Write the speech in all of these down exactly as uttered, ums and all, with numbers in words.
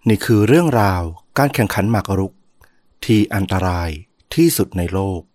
นี่คือเรื่องราวการแข่งขันหมากรุกที่อันตรายที่สุดในโลก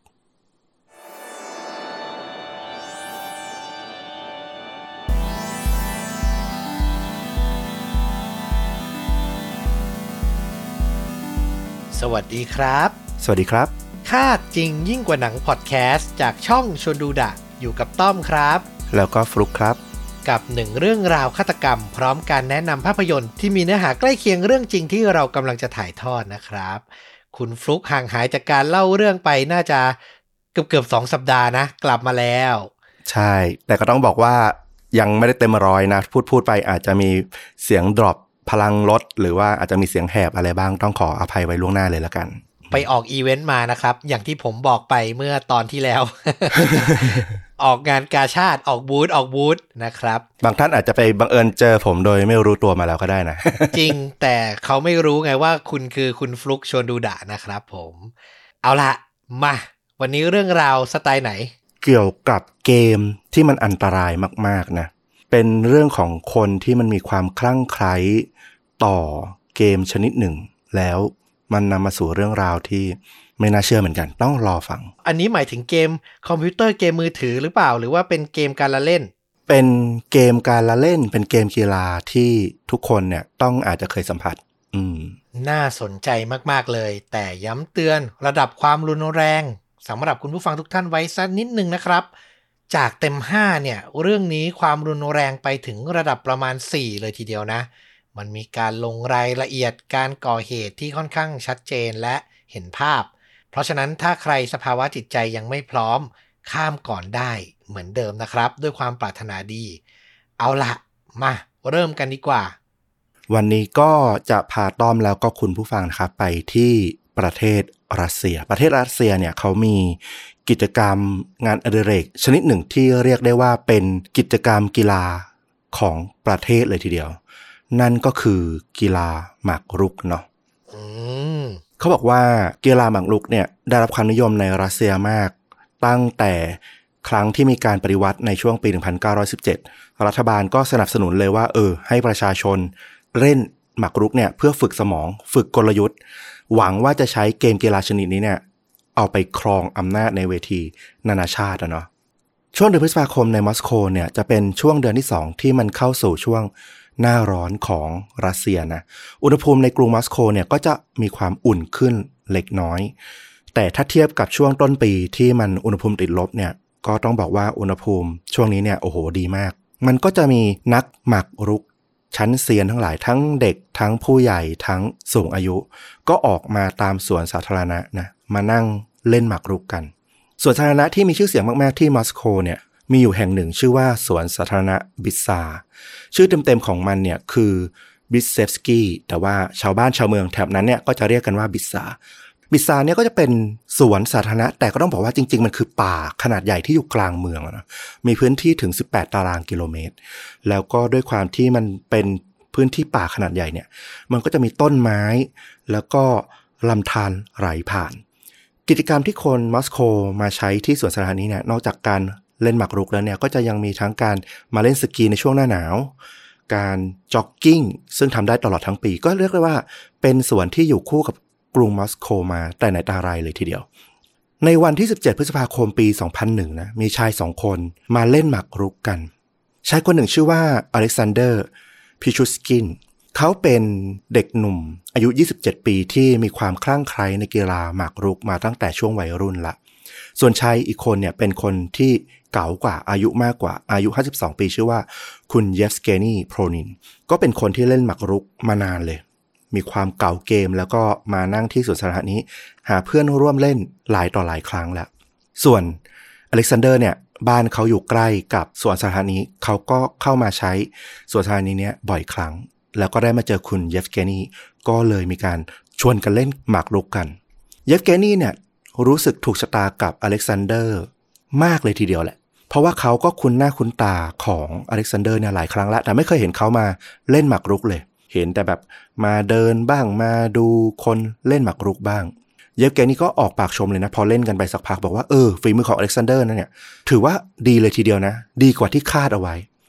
สวัสดีครับสวัสดีครับคาดจริงยิ่งกว่าหนังพอดแคสต์จากช่องชวนดูดะอยู่กับต้อมครับแล้วก็ฟลุกครับกับหนึ่งเรื่องราวฆาตกรรมพร้อมการแนะนำภาพยนตร์ที่มีเนื้อหาใกล้เคียงเรื่องจริงที่เรากำลังจะถ่ายทอดนะครับคุณฟลุกห่างหายจากการเล่าเรื่องไปน่าจะเกือบเกือบสองสัปดาห์นะกลับมาแล้วใช่แต่ก็ต้องบอกว่ายังไม่ได้เต็มร้อยนะพูดพูดไปอาจจะมีเสียงดรอปพลังลดหรือว่าอาจจะมีเสียงแหบอะไรบ้างต้องขออภัยไว้ล่วงหน้าเลยละกันไปออกอีเวนต์มานะครับอย่างที่ผมบอกไปเมื่อตอนที่แล้ว ออกงานกาชาดออกบูธออกบูธนะครับบางท่านอาจจะไปบังเอิญเจอผมโดยไม่รู้ตัวมาแล้วก็ได้นะจริงแต่เขาไม่รู้ไงว่าคุณคือคุณฟลุกชวนดูดะนะครับผมเอาละมาวันนี้เรื่องราวสไตล์ไหนเกี่ยวกับเกมที่มันอันตรายมากๆนะเป็นเรื่องของคนที่มันมีความคลั่งไคล้ต่อเกมชนิดหนึ่งแล้วมันนำมาสู่เรื่องราวที่ไม่น่าเชื่อเหมือนกันต้องรอฟังอันนี้หมายถึงเกมคอมพิวเตอร์เกมมือถือหรือเปล่าหรือว่าเป็นเกมการละเล่นเป็นเกมการละเล่นเป็นเกมกีฬาที่ทุกคนเนี่ยต้องอาจจะเคยสัมผัสอืมน่าสนใจมากๆเลยแต่ย้ำเตือนระดับความรุนแรงสำหรับคุณผู้ฟังทุกท่านไว้สักนิดนึงนะครับจากเต็มห้าเนี่ยเรื่องนี้ความรุนแรงไปถึงระดับประมาณสี่เลยทีเดียวนะมันมีการลงรายละเอียดการก่อเหตุที่ค่อนข้างชัดเจนและเห็นภาพเพราะฉะนั้นถ้าใครสภาวะจิตใจยังไม่พร้อมข้ามก่อนได้เหมือนเดิมนะครับด้วยความปรารถนาดีเอาละมาเริ่มกันดีกว่าวันนี้ก็จะพาต้อมแล้วก็คุณผู้ฟังนะครับไปที่ประเทศรัสเซียประเทศรัสเซียเนี่ยเขามีกิจกรรมงานอดิเรกชนิดหนึ่งที่เรียกได้ว่าเป็นกิจกรรมกีฬาของประเทศเลยทีเดียวนั่นก็คือกีฬาหมากรุกเนาะเขาบอกว่ากีฬาหมากรุกเนี่ยได้รับความนิยมในรัสเซียมากตั้งแต่ครั้งที่มีการปฏิวัติในช่วงปีหนึ่งพันเก้าร้อยสิบเจ็ดรัฐบาลก็สนับสนุนเลยว่าเออให้ประชาชนเล่นหมากรุกเนี่ยเพื่อฝึกสมองฝึกกลยุทธ์หวังว่าจะใช้เกมกีฬาชนิดนี้เนี่ยเอาไปครองอำนาจในเวทีนานาชาติอะเนาะช่วงเดือนพฤษภาคมในมอสโกเนี่ยจะเป็นช่วงเดือนที่สองที่มันเข้าสู่ช่วงหน้าร้อนของรัสเซียนะอุณหภูมิในกรุงมอสโกเนี่ยก็จะมีความอุ่นขึ้นเล็กน้อยแต่ถ้าเทียบกับช่วงต้นปีที่มันอุณหภูมิติดลบเนี่ยก็ต้องบอกว่าอุณหภูมิช่วงนี้เนี่ยโอ้โหดีมากมันก็จะมีนักหมากรุกชั้นเซียนทั้งหลายทั้งเด็กทั้งผู้ใหญ่ทั้งสูงอายุก็ออกมาตามสวนสาธารณะนะมานั่งเล่นหมากรุกกันสวนสาธารณะที่มีชื่อเสียงมากๆที่มอสโกเนี่ยมีอยู่แห่งหนึ่งชื่อว่าสวนสาธารณะบิซซาชื่อเต็มๆของมันเนี่ยคือบิสเซฟสกี้แต่ว่าชาวบ้านชาวเมืองแถบนั้นเนี่ยก็จะเรียกกันว่าบิซซาบิซซาเนี่ยก็จะเป็นสวนสาธารณะแต่ก็ต้องบอกว่าจริงๆมันคือป่าขนาดใหญ่ที่อยู่กลางเมืองนะมีพื้นที่ถึงสิบแปดตารางกิโลเมตรแล้วก็ด้วยความที่มันเป็นพื้นที่ป่าขนาดใหญ่เนี่ยมันก็จะมีต้นไม้แล้วก็ลำธารไหลผ่านกิจกรรมที่คนมอสโกมาใช้ที่สวนสาธารณะนี้เนี่ยนอกจากการเล่นหมากรุกแล้วเนี่ยก็จะยังมีทั้งการมาเล่นสกีในช่วงหน้าหนาวการจ็อกกิ้งซึ่งทำได้ตลอดทั้งปีก็เรียกได้ว่าเป็นสวนที่อยู่คู่กับกรุงมอสโกมาแต่ไหนแต่ไรเลยทีเดียวในวันที่สิบเจ็ดพฤษภาคมปีสองพันหนึ่งนะมีชายสองคนมาเล่นหมากรุกกันชายคนหนึ่งชื่อว่าอเล็กซานเดอร์พิชูสกินเขาเป็นเด็กหนุ่มอายุยี่สิบเจ็ดปีที่มีความคลั่งไคล้ในกีฬาหมากรุกมาตั้งแต่ช่วงวัยรุ่นละส่วนชายอีกคนเนี่ยเป็นคนที่เก่ากว่าอายุมากกว่าอายุห้าสิบสองปีชื่อว่าคุณเยฟสเกนีโพรนินก็เป็นคนที่เล่นหมากรุกมานานเลยมีความเก่าเกมแล้วก็มานั่งที่สวนสาธารณะนี้หาเพื่อนร่วมเล่นหลายต่อหลายครั้งแล้วส่วนอเล็กซานเดอร์เนี่ยบ้านเขาอยู่ใกล้กับสวนสาธารณะนี้เขาก็เข้ามาใช้สวนสาธารณะนี้เนี่ยบ่อยครั้งแล้วก็ได้มาเจอคุณเยฟเกนีก็เลยมีการชวนกันเล่นหมากรุกกันเยฟเกนีเนี่ยรู้สึกถูกชะตากับอเล็กซานเดอร์มากเลยทีเดียวแหละเพราะว่าเขาก็คุ้นหน้าคุ้นตาของอเล็กซานเดอร์เนี่ยหลายครั้งแล้วแต่ไม่เคยเห็นเขามาเล่นหมากรุกเลยเห็นแต่แบบมาเดินบ้างมาดูคนเล่นหมากรุกบ้างเยฟเกนีก็ออกปากชมเลยนะพอเล่นกันไปสักพักบอกว่าเออฝีมือของอเล็กซานเดอร์นั่นเนี่ยถือว่าดีเลยทีเดียวนะดีกว่าที่คาดเอาไว้อ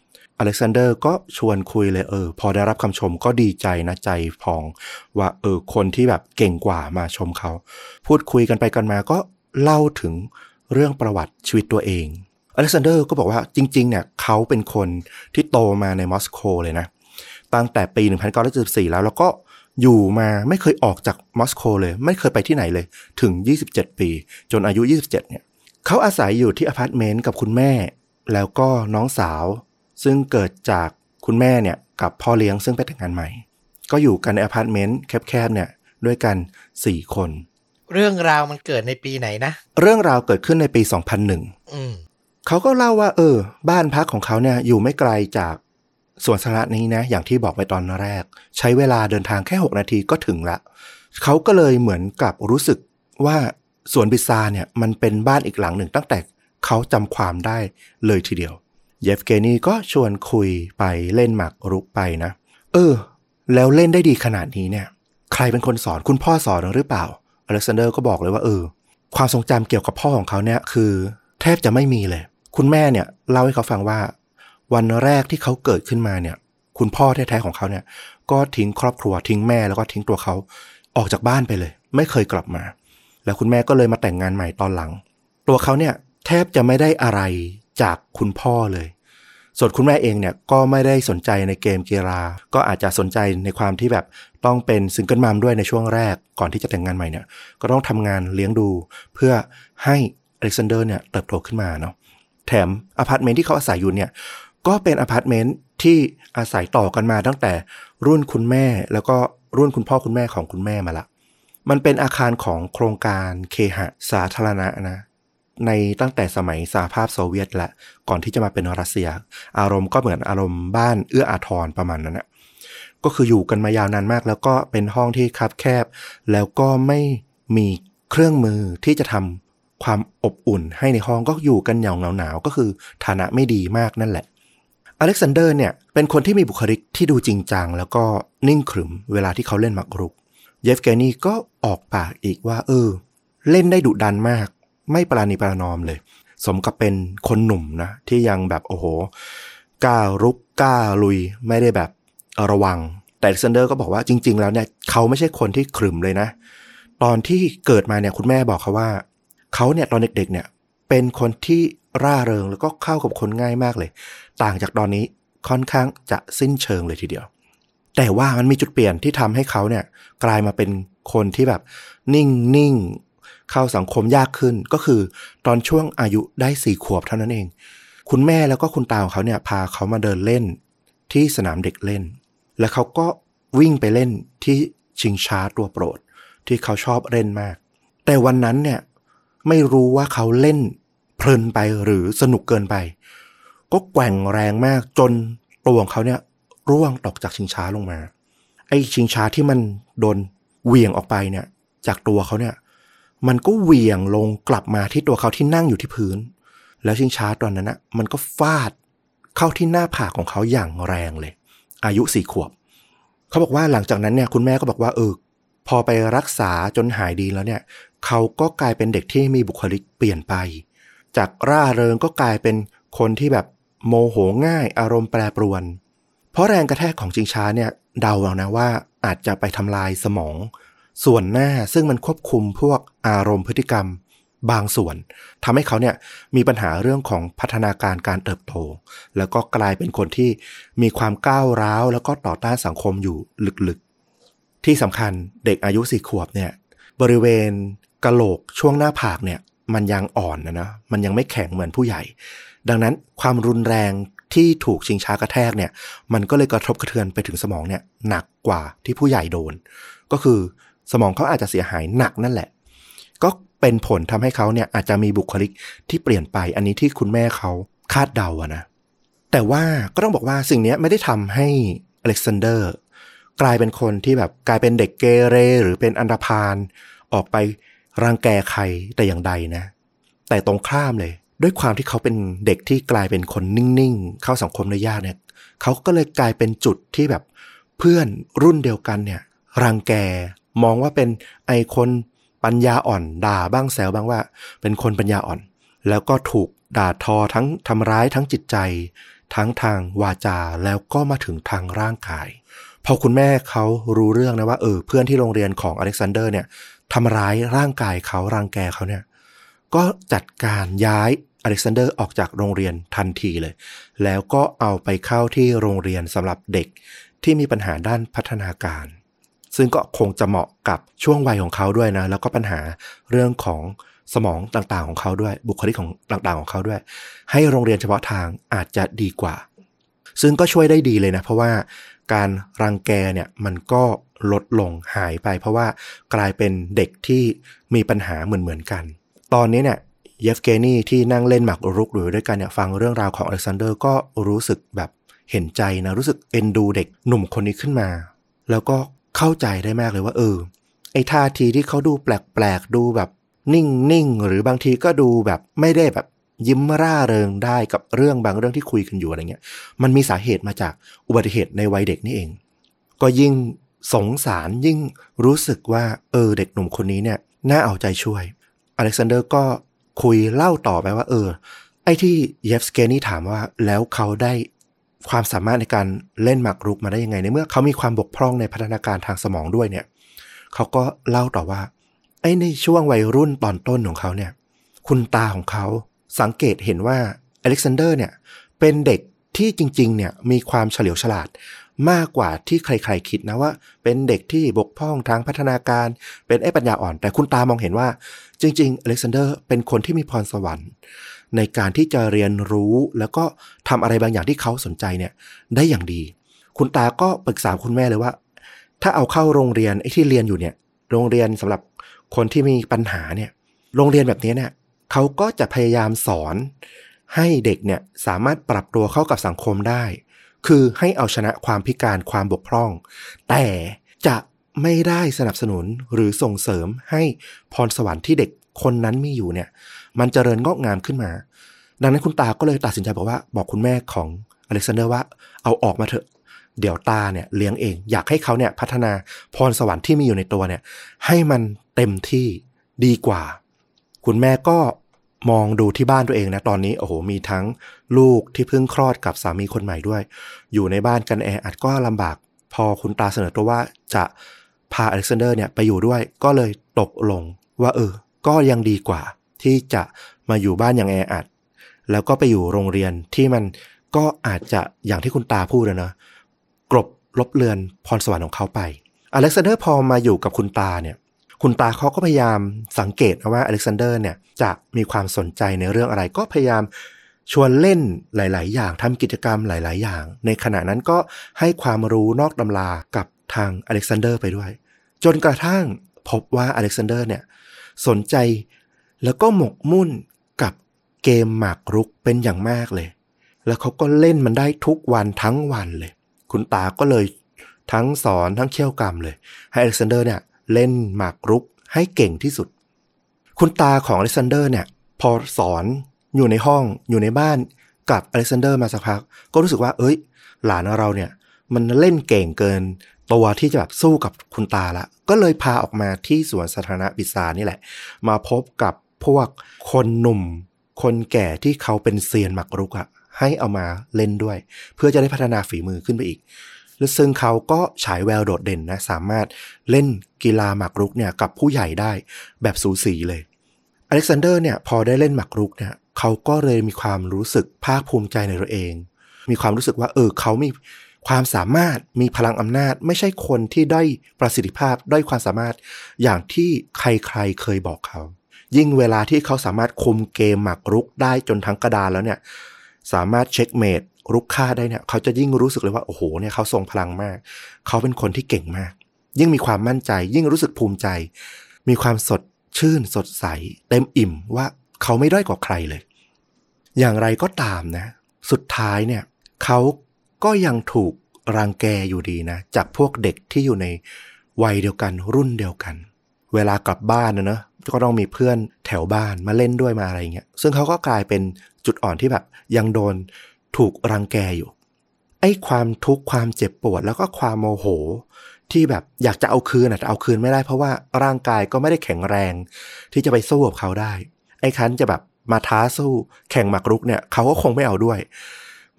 อเล็กซานเดอร์ก็ชวนคุยเลยเออพอได้รับคำชมก็ดีใจนะใจพองว่าเออคนที่แบบเก่งกว่ามาชมเขาพูดคุยกันไปกันมาก็เล่าถึงเรื่องประวัติชีวิตตัวเองอเล็กซานเดอร์ก็บอกว่าจริงๆเนี่ยเขาเป็นคนที่โตมาในมอสโกเลยนะตั้งแต่ปีหนึ่งพันเก้าร้อยเจ็ดสิบสี่แล้วแล้วก็อยู่มาไม่เคยออกจากมอสโกเลยไม่เคยไปที่ไหนเลยถึงยี่สิบเจ็ดปีจนอายุยี่สิบเจ็ดเนี่ยเขาอาศัยอยู่ที่อพาร์ตเมนต์กับคุณแม่แล้วก็น้องสาวซึ่งเกิดจากคุณแม่เนี่ยกับพ่อเลี้ยงซึ่งไปแต่งงานใหม่ก็อยู่กันในอพาร์ตเมนต์แคบๆเนี่ยด้วยกันสี่คนเรื่องราวมันเกิดในปีไหนนะเรื่องราวเกิดขึ้นในปีสองพันหนึ่งอืมเขาก็เล่าว่าเออบ้านพักของเขาเนี่ยอยู่ไม่ไกลจากสวนสาธารณะนี้นะอย่างที่บอกไปตอนแรกใช้เวลาเดินทางแค่หกนาทีก็ถึงละเขาก็เลยเหมือนกับรู้สึกว่าสวนบิซาเนี่ยมันเป็นบ้านอีกหลังหนึ่งตั้งแต่เขาจำความได้เลยทีเดียวเยฟเกนีก็ชวนคุยไปเล่นหมากรุกไปนะเออแล้วเล่นได้ดีขนาดนี้เนี่ยใครเป็นคนสอนคุณพ่อสอนหรือเปล่าอเล็กซานเดอร์ก็บอกเลยว่าเออความทรงจำเกี่ยวกับพ่อของเขาเนี่ยคือแทบจะไม่มีเลยคุณแม่เนี่ยเล่าให้เขาฟังว่าวันแรกที่เขาเกิดขึ้นมาเนี่ยคุณพ่อแท้ๆของเขาเนี่ยก็ทิ้งครอบครัวทิ้งแม่แล้วก็ทิ้งตัวเขาออกจากบ้านไปเลยไม่เคยกลับมาแล้วคุณแม่ก็เลยมาแต่งงานใหม่ตอนหลังตัวเขาเนี่ยแทบจะไม่ได้อะไรจากคุณพ่อเลยส่วนคุณแม่เองเนี่ยก็ไม่ได้สนใจในเกมกีฬาก็อาจจะสนใจในความที่แบบต้องเป็นซิงเกิลมัมด้วยในช่วงแรกก่อนที่จะแต่งงานใหม่เนี่ยก็ต้องทำงานเลี้ยงดูเพื่อให้อเล็กซานเดอร์เนี่ยเติบโตขึ้นมาเนาะแถมอพาร์ตเมนต์ที่เขาอาศัยอยู่เนี่ยก็เป็นอพาร์ตเมนต์ที่อาศัยต่อกันมาตั้งแต่รุ่นคุณแม่แล้วก็รุ่นคุณพ่อคุณแม่ของคุณแม่มาละมันเป็นอาคารของโครงการเคหะสาธารณะนะในตั้งแต่สมัยสหภาพโซเวียตและก่อนที่จะมาเป็นรัสเซียอารมณ์ก็เหมือนอารมณ์บ้านเอื้ออาทรประมาณนั้นนะก็คืออยู่กันมายาวนานมากแล้วก็เป็นห้องที่คับแคบแล้วก็ไม่มีเครื่องมือที่จะทำความอบอุ่นให้ในห้องก็อยู่กันอย่างหนาวๆก็คือฐานะไม่ดีมากนั่นแหละอเล็กซานเดอร์เนี่ยเป็นคนที่มีบุคลิกที่ดูจริงจังแล้วก็นิ่งขรึมเวลาที่เขาเล่นหมากรุกเยฟเกนีก็ออกปากอีกว่าเออเล่นได้ดุดันมากไม่ปราณีประนอมเลยสมกับเป็นคนหนุ่มนะที่ยังแบบโอ้โหกล้ารุกกล้าลุยไม่ได้แบบระวังแต่อเล็กซานเดอร์ก็บอกว่าจริงๆแล้วเนี่ยเขาไม่ใช่คนที่ขรึมเลยนะตอนที่เกิดมาเนี่ยคุณแม่บอกเขาว่าเขาเนี่ยตอนเด็กๆเนี่ยเป็นคนที่ร่าเริงแล้วก็เข้ากับคนง่ายมากเลยต่างจากตอนนี้ค่อนข้างจะสิ้นเชิงเลยทีเดียวแต่ว่ามันมีจุดเปลี่ยนที่ทำให้เขาเนี่ยกลายมาเป็นคนที่แบบนิ่งๆเข้าสังคมยากขึ้นก็คือตอนช่วงอายุได้สี่ขวบเท่านั้นเองคุณแม่แล้วก็คุณตาของเขาเนี่ยพาเขามาเดินเล่นที่สนามเด็กเล่นแล้วเขาก็วิ่งไปเล่นที่ชิงช้าตัวโปรดที่เขาชอบเล่นมากแต่วันนั้นเนี่ยไม่รู้ว่าเขาเล่นเพลินไปหรือสนุกเกินไปก็แกว่งแรงมากจนตัวของเขาเนี่ยร่วงตกจากชิงช้าลงมาไอ้ชิงช้าที่มันโดนเหวี่ยงออกไปเนี่ยจากตัวเขาเนี่ยมันก็เหวี่ยงลงกลับมาที่ตัวเขาที่นั่งอยู่ที่พื้นแล้วชิงช้าตอนนั้นนะมันก็ฟาดเข้าที่หน้าผากของเขาอย่างแรงเลยอายุสี่ขวบเขาบอกว่าหลังจากนั้นเนี่ยคุณแม่ก็บอกว่าเออพอไปรักษาจนหายดีแล้วเนี่ยเขาก็กลายเป็นเด็กที่มีบุคลิกเปลี่ยนไปจากร่าเริงก็กลายเป็นคนที่แบบโมโหง่ายอารมณ์แปรปรวนเพราะแรงกระแทกของชิงช้าเนี่ยเดาเอานะว่าอาจจะไปทำลายสมองส่วนหน้าซึ่งมันควบคุมพวกอารมณ์พฤติกรรมบางส่วนทำให้เขาเนี่ยมีปัญหาเรื่องของพัฒนาการการเติบโตแล้วก็กลายเป็นคนที่มีความก้าวร้าวแล้วก็ต่อต้านสังคมอยู่ลึกๆที่สำคัญเด็กอายุสี่ขวบเนี่ยบริเวณกะโหลกช่วงหน้าผากเนี่ยมันยังอ่อนนะนะมันยังไม่แข็งเหมือนผู้ใหญ่ดังนั้นความรุนแรงที่ถูกชิงช้ากระแทกเนี่ยมันก็เลยกระทบกระเทือนไปถึงสมองเนี่ยหนักกว่าที่ผู้ใหญ่โดนก็คือสมองเขาอาจจะเสียหายหนักนั่นแหละก็เป็นผลทำให้เขาเนี่ยอาจจะมีบุคลิกที่เปลี่ยนไปอันนี้ที่คุณแม่เขาคาดเดาอะนะแต่ว่าก็ต้องบอกว่าสิ่งนี้ไม่ได้ทำให้อเล็กซานเดอร์กลายเป็นคนที่แบบกลายเป็นเด็กเกเรหรือเป็นอันธพาลออกไปรังแกใครแต่อย่างใดนะแต่ตรงข้ามเลยด้วยความที่เขาเป็นเด็กที่กลายเป็นคนนิ่งๆเข้าสังคมได้ยากเนี่ยเขาก็เลยกลายเป็นจุดที่แบบเพื่อนรุ่นเดียวกันเนี่ยรังแกมองว่าเป็นไอคนปัญญาอ่อนด่าบ้างแซวบ้างว่าเป็นคนปัญญาอ่อนแล้วก็ถูกด่าทอทั้งทำร้ายทั้งจิตใจทั้งทางวาจาแล้วก็มาถึงทางร่างกายพอคุณแม่เขารู้เรื่องนะว่าเออเพื่อนที่โรงเรียนของอเล็กซานเดอร์เนี่ยทำร้ายร่างกายเขารังแกเขาเนี่ยก็จัดการย้ายอเล็กซานเดอร์ออกจากโรงเรียนทันทีเลยแล้วก็เอาไปเข้าที่โรงเรียนสำหรับเด็กที่มีปัญหาด้านพัฒนาการซึ่งก็คงจะเหมาะกับช่วงวัยของเขาด้วยนะแล้วก็ปัญหาเรื่องของสมองต่างๆของเขาด้วยบุคลิกของต่างๆของเขาด้วยให้โรงเรียนเฉพาะทางอาจจะดีกว่าซึ่งก็ช่วยได้ดีเลยนะเพราะว่าการรังแกเนี่ยมันก็ลดลงหายไปเพราะว่ากลายเป็นเด็กที่มีปัญหาเหมือนๆกันตอนนี้เนี่ยเยฟเกนีที่นั่งเล่นหมากรุกอยู่ด้วยกันเนี่ยฟังเรื่องราวของอเล็กซานเดอร์ก็รู้สึกแบบเห็นใจนะรู้สึกเอ็นดูเด็กหนุ่มคนนี้ขึ้นมาแล้วก็เข้าใจได้มากเลยว่าเออไอ้ท่าทีที่เขาดูแปลกๆดูแบบนิ่งๆหรือบางทีก็ดูแบบไม่ได้แบบยิ้มร่าเริงได้กับเรื่องบางเรื่องที่คุยกันอยู่อะไรเงี้ยมันมีสาเหตุมาจากอุบัติเหตุในวัยเด็กนี่เองก็ยิ่งสงสารยิ่งรู้สึกว่าเออเด็กหนุ่มคนนี้เนี่ยน่าเอาใจช่วยอเล็กซานเดอร์ก็คุยเล่าต่อไปว่าเออไอ้ที่เยฟสเกนี่ถามว่าแล้วเขาได้ความสามารถในการเล่นหมากรุกมาได้ยังไงในเมื่อเขามีความบกพร่องในพัฒนาการทางสมองด้วยเนี่ยเขาก็เล่าต่อว่าไอ้ในช่วงวัยรุ่นตอนต้นของเขาเนี่ยคุณตาของเขาสังเกตเห็นว่าอเล็กซานเดอร์เนี่ยเป็นเด็กที่จริงๆเนี่ยมีความเฉลียวฉลาดมากกว่าที่ใครๆคิดนะว่าเป็นเด็กที่บกพร่องทางพัฒนาการเป็นไอ้ปัญญาอ่อนแต่คุณตามองเห็นว่าจริงๆอเล็กซานเดอร์เป็นคนที่มีพรสวรรค์ในการที่จะเรียนรู้แล้วก็ทำอะไรบางอย่างที่เขาสนใจเนี่ยได้อย่างดีคุณตาก็ปรึกษาคุณแม่เลยว่าถ้าเอาเข้าโรงเรียนไอ้ที่เรียนอยู่เนี่ยโรงเรียนสำหรับคนที่มีปัญหาเนี่ยโรงเรียนแบบนี้เนี่ยเขาก็จะพยายามสอนให้เด็กเนี่ยสามารถปรับตัวเข้ากับสังคมได้คือให้เอาชนะความพิการความบกพร่องแต่จะไม่ได้สนับสนุนหรือส่งเสริมให้พรสวรรค์ที่เด็กคนนั้นมีอยู่เนี่ยมันเจริญงอกงามขึ้นมาดังนั้นคุณตาก็เลยตัดสินใจบอกว่าบอกคุณแม่ของอเล็กซานเดอร์ว่าเอาออกมาเถอะเดี๋ยวตาเนี่ยเลี้ยงเองอยากให้เขาเนี่ยพัฒนาพรสวรรค์ที่มีอยู่ในตัวเนี่ยให้มันเต็มที่ดีกว่าคุณแม่ก็มองดูที่บ้านตัวเองนะตอนนี้โอ้โหมีทั้งลูกที่เพิ่งคลอดกับสามีคนใหม่ด้วยอยู่ในบ้านกันแออัดก็ลำบากพอคุณตาเสนอตัวว่าจะพาอเล็กซานเดอร์เนี่ยไปอยู่ด้วยก็เลยตกลงว่าเออก็ยังดีกว่าที่จะมาอยู่บ้านอย่างแออัดแล้วก็ไปอยู่โรงเรียนที่มันก็อาจจะอย่างที่คุณตาพูดนะกลบลบเลือนพรสวรรค์ของเขาไปอเล็กซานเดอร์พอมาอยู่กับคุณตาเนี่ยคุณตาเขาก็พยายามสังเกตนะว่าอเล็กซานเดอร์เนี่ยจะมีความสนใจในเรื่องอะไรก็พยายามชวนเล่นหลายๆอย่างทำกิจกรรมหลายๆอย่างในขณะนั้นก็ให้ความรู้นอกตำรากับทางอเล็กซานเดอร์ไปด้วยจนกระทั่งพบว่าอเล็กซานเดอร์เนี่ยสนใจแล้วก็หมกมุ่นกับเกมหมากรุกเป็นอย่างมากเลยแล้วเขาก็เล่นมันได้ทุกวันทั้งวันเลยคุณตาก็เลยทั้งสอนทั้งเขี่ยวกรรมเลยให้อเล็กซานเดอร์เนี่ยเล่นหมากรุกให้เก่งที่สุดคุณตาของอเล็กซานเดอร์เนี่ยพอสอนอยู่ในห้องอยู่ในบ้านกับอเล็กซานเดอร์มาสักพักก็รู้สึกว่าเอ้ยหลานเราเนี่ยมันเล่นเก่งเกินตัวที่จะแบบสู้กับคุณตาละก็เลยพาออกมาที่สวนสาธารณะบิซานี่แหละมาพบกับพวกคนหนุ่มคนแก่ที่เขาเป็นเซียนหมากรุกอะให้เอามาเล่นด้วยเพื่อจะได้พัฒนาฝีมือขึ้นไปอีกและซึ่งเขาก็ฉายแววโดดเด่นนะสามารถเล่นกีฬาหมากรุกเนี่ยกับผู้ใหญ่ได้แบบสูสีเลยอเล็กซานเดอร์เนี่ยพอได้เล่นหมากรุกเนี่ยเขาก็เลยมีความรู้สึกภาคภูมิใจในตัวเองมีความรู้สึกว่าเออเขามีความสามารถมีพลังอำนาจไม่ใช่คนที่ด้อยประสิทธิภาพด้อยความสามารถอย่างที่ใครๆเคยบอกเขายิ่งเวลาที่เขาสามารถคุมเกมหมากรุกได้จนทั้งกระดานแล้วเนี่ยสามารถเช็คเมทรุกค่าได้เนี่ยเขาจะยิ่งรู้สึกเลยว่าโอ้โหเนี่ยเขาทรงพลังมากเขาเป็นคนที่เก่งมากยิ่งมีความมั่นใจยิ่งรู้สึกภูมิใจมีความสดชื่นสดใสเต็มอิ่มว่าเขาไม่ด้อยกว่าใครเลยอย่างไรก็ตามนะสุดท้ายเนี่ยเขาก็ยังถูกรังแกอยู่ดีนะจากพวกเด็กที่อยู่ในวัยเดียวกันรุ่นเดียวกันเวลากลับบ้านนะเนอะก็ต้องมีเพื่อนแถวบ้านมาเล่นด้วยมาอะไรเงี้ยซึ่งเขาก็กลายเป็นจุดอ่อนที่แบบยังโดนถูกรังแกอยู่ไอ้ความทุกข์ความเจ็บปวดแล้วก็ความโมโหที่แบบอยากจะเอาคืนแต่เอาคืนไม่ได้เพราะว่าร่างกายก็ไม่ได้แข็งแรงที่จะไปสู้กับเขาได้ไอ้คันจะแบบมาท้าสู้แข่งหมากรุกเนี่ยเขาก็คงไม่เอาด้วย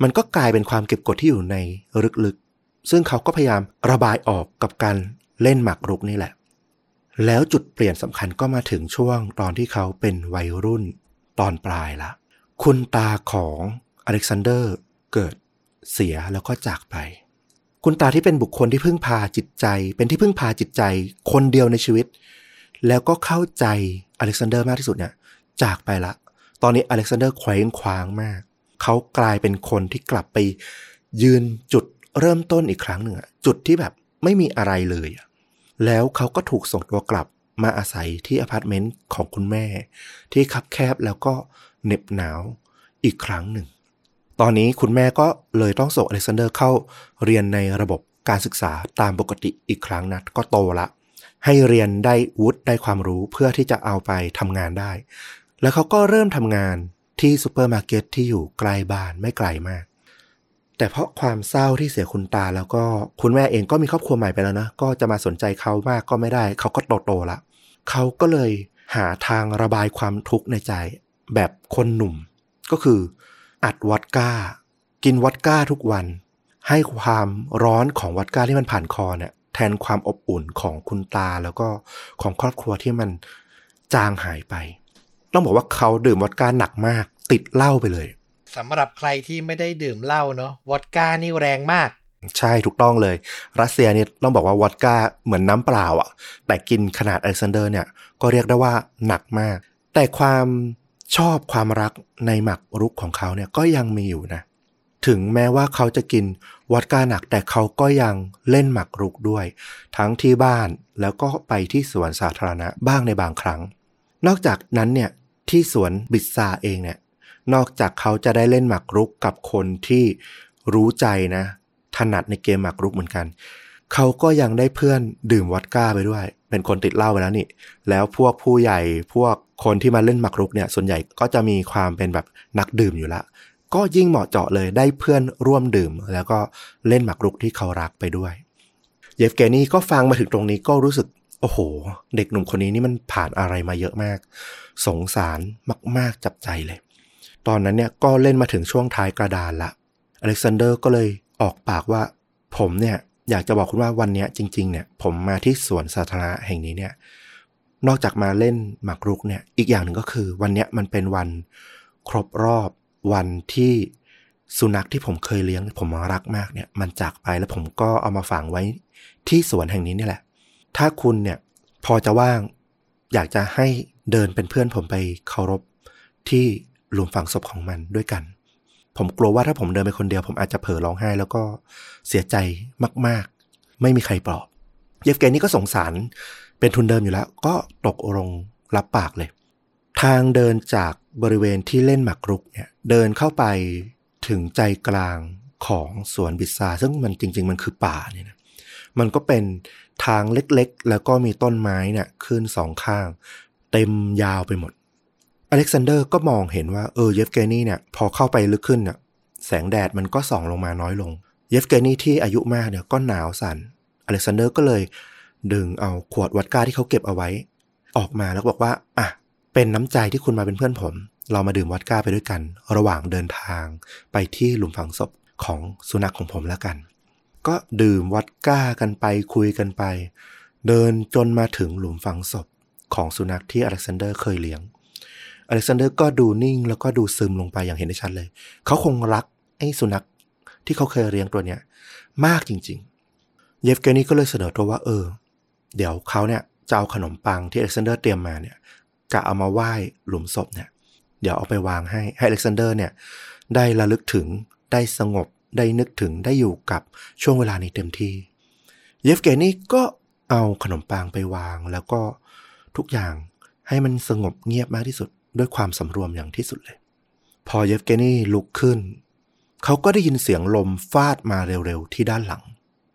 มันก็กลายเป็นความเก็บกดที่อยู่ในลึกๆซึ่งเขาก็พยายามระบายออกกับการเล่นหมากรุกนี่แหละแล้วจุดเปลี่ยนสำคัญก็มาถึงช่วงตอนที่เขาเป็นวัยรุ่นตอนปลายละคุณตาของอเล็กซานเดอร์เกิดเสียแล้วก็จากไปคุณตาที่เป็นบุคคลที่พึ่งพาจิตใจเป็นที่พึ่งพาจิตใจคนเดียวในชีวิตแล้วก็เข้าใจอเล็กซานเดอร์มากที่สุดเนี่ยจากไปละตอนนี้อเล็กซานเดอร์เคว้งคว้างมากเขากลายเป็นคนที่กลับไปยืนจุดเริ่มต้นอีกครั้งหนึ่งจุดที่แบบไม่มีอะไรเลยแล้วเขาก็ถูกส่งตัวกลับมาอาศัยที่อพาร์ตเมนต์ของคุณแม่ที่คับแคบแล้วก็เหน็บหนาวอีกครั้งหนึ่งตอนนี้คุณแม่ก็เลยต้องส่งอเล็กซานเดอร์เข้าเรียนในระบบการศึกษาตามปกติอีกครั้งนะก็โตละให้เรียนได้วุฒิได้ความรู้เพื่อที่จะเอาไปทำงานได้แล้วเขาก็เริ่มทำงานที่ซูเปอร์มาร์เก็ตที่อยู่ไกลบ้านไม่ไกลมากแต่เพราะความเศร้าที่เสียคุณตาแล้วก็คุณแม่เองก็มีครอบครัวใหม่ไปแล้วนะก็จะมาสนใจเขามากก็ไม่ได้เขาก็โตๆละเขาก็เลยหาทางระบายความทุกข์ในใจแบบคนหนุ่มก็คืออัดวอดก้ากินวอดก้าทุกวันให้ความร้อนของวอดก้าที่มันผ่านคอเนี่ยแทนความอบอุ่นของคุณตาแล้วก็ของครอบครัวที่มันจางหายไปต้องบอกว่าเขาดื่มวอดก้าหนักมากติดเหล้าไปเลยสำหรับใครที่ไม่ได้ดื่มเหล้าเนาะวอดก้านี่แรงมากใช่ถูกต้องเลยรัสเซียนี่ต้องบอกว่าวอดก้าเหมือนน้ำเปล่าอ่ะแต่กินขนาดอเล็กซานเดอร์เนี่ยก็เรียกได้ว่าหนักมากแต่ความชอบความรักในหมากรุกของเขาเนี่ยก็ยังมีอยู่นะถึงแม้ว่าเขาจะกินวอดก้าหนักแต่เขาก็ยังเล่นหมากรุกด้วยทั้งที่บ้านแล้วก็ไปที่สวนสาธารณะบ้างในบางครั้งนอกจากนั้นเนี่ยที่สวนบิซาเองเนี่ยนอกจากเขาจะได้เล่นหมากรุกกับคนที่รู้ใจนะถนัดในเกมหมากรุกเหมือนกันเขาก็ยังได้เพื่อนดื่มวอดก้าไปด้วยเป็นคนติดเหล้าไปแล้วนี่แล้วพวกผู้ใหญ่พวกคนที่มาเล่นหมากรุกเนี่ยส่วนใหญ่ก็จะมีความเป็นแบบนักดื่มอยู่ละก็ยิ่งเหมาะเจาะเลยได้เพื่อนร่วมดื่มแล้วก็เล่นหมากรุกที่เขารักไปด้วยเยฟเกนีก็ฟังมาถึงตรงนี้ก็รู้สึกโอ้โหเด็กหนุ่มคนนี้นี่มันผ่านอะไรมาเยอะมากสงสารมากๆจับใจเลยตอนนั้นเนี่ยก็เล่นมาถึงช่วงท้ายกระดานละอเล็กซานเดอร์ก็เลยออกปากว่าผมเนี่ยอยากจะบอกคุณว่าวันนี้จริงๆเนี่ยผมมาที่สวนสาธารณะแห่งนี้เนี่ยนอกจากมาเล่นหมากรุกเนี่ยอีกอย่างหนึ่งก็คือวันนี้มันเป็นวันครบรอบวันที่สุนัขที่ผมเคยเลี้ยงผมรักมากเนี่ยมันจากไปแล้วผมก็เอามาฝังไว้ที่สวนแห่งนี้นี่แหละถ้าคุณเนี่ยพอจะว่างอยากจะให้เดินเป็นเพื่อนผมไปเคารพที่หลุมฝังศพของมันด้วยกันผมกลัวว่าถ้าผมเดินไปคนเดียวผมอาจจะเผลอร้องไห้แล้วก็เสียใจมากๆไม่มีใครปลอบเยฟเกนีก็สงสารเป็นทุนเดิมอยู่แล้วก็ตกลงรับปากเลยทางเดินจากบริเวณที่เล่นหมากรุกเนี่ยเดินเข้าไปถึงใจกลางของสวนบิซาซึ่งมันจริงๆมันคือป่าเนี่ยนะมันก็เป็นทางเล็กๆแล้วก็มีต้นไม้เนี่ยขึ้นสองข้างเต็มยาวไปหมดอเล็กซานเดอร์ก็มองเห็นว่าเออเยฟเกนีเนี่ยพอเข้าไปลึกขึ้นน่ะแสงแดดมันก็ส่องลงมาน้อยลงเยฟเกนีที่อายุมากเนี่ยก็หนาวสั่นอเล็กซานเดอร์ก็เลยดึงเอาขวดวอดก้าที่เขาเก็บเอาไว้ออกมาแล้วบอกว่าอ่ะเป็นน้ำใจที่คุณมาเป็นเพื่อนผมเรามาดื่มวอดก้าไปด้วยกันระหว่างเดินทางไปที่หลุมฝังศพของสุนัขของผมแล้วกันก็ดื่มวอดก้ากันไปคุยกันไปเดินจนมาถึงหลุมฝังศพของสุนัขที่อเล็กซานเดอร์เคยเลี้ยงอเล็กซานเดอร์ก็ดูนิ่งแล้วก็ดูซึมลงไปอย่างเห็นได้ชัดเลยเขาคงรักไอ้สุนัขที่เขาเคยเลี้ยงตัวเนี้ยมากจริงๆเยฟเกนีก็เลยเสนอตัวว่าเออเดี๋ยวเขาเนี่ยจะเอาขนมปังที่อเล็กซานเดอร์เตรียมมาเนี่ยกะเอามาไหว้หลุมศพเนี่ยเดี๋ยวเอาไปวางให้ให้อเล็กซานเดอร์เนี่ยได้ระลึกถึงได้สงบได้นึกถึงได้อยู่กับช่วงเวลานี้เต็มที่เยฟเกนีก็เอาขนมปังไปวางแล้วก็ทุกอย่างให้มันสงบเงียบมากที่สุดด้วยความสำรวมอย่างที่สุดเลยพอเยฟเกนีลุกขึ้นเขาก็ได้ยินเสียงลมฟาดมาเร็วๆที่ด้านหลัง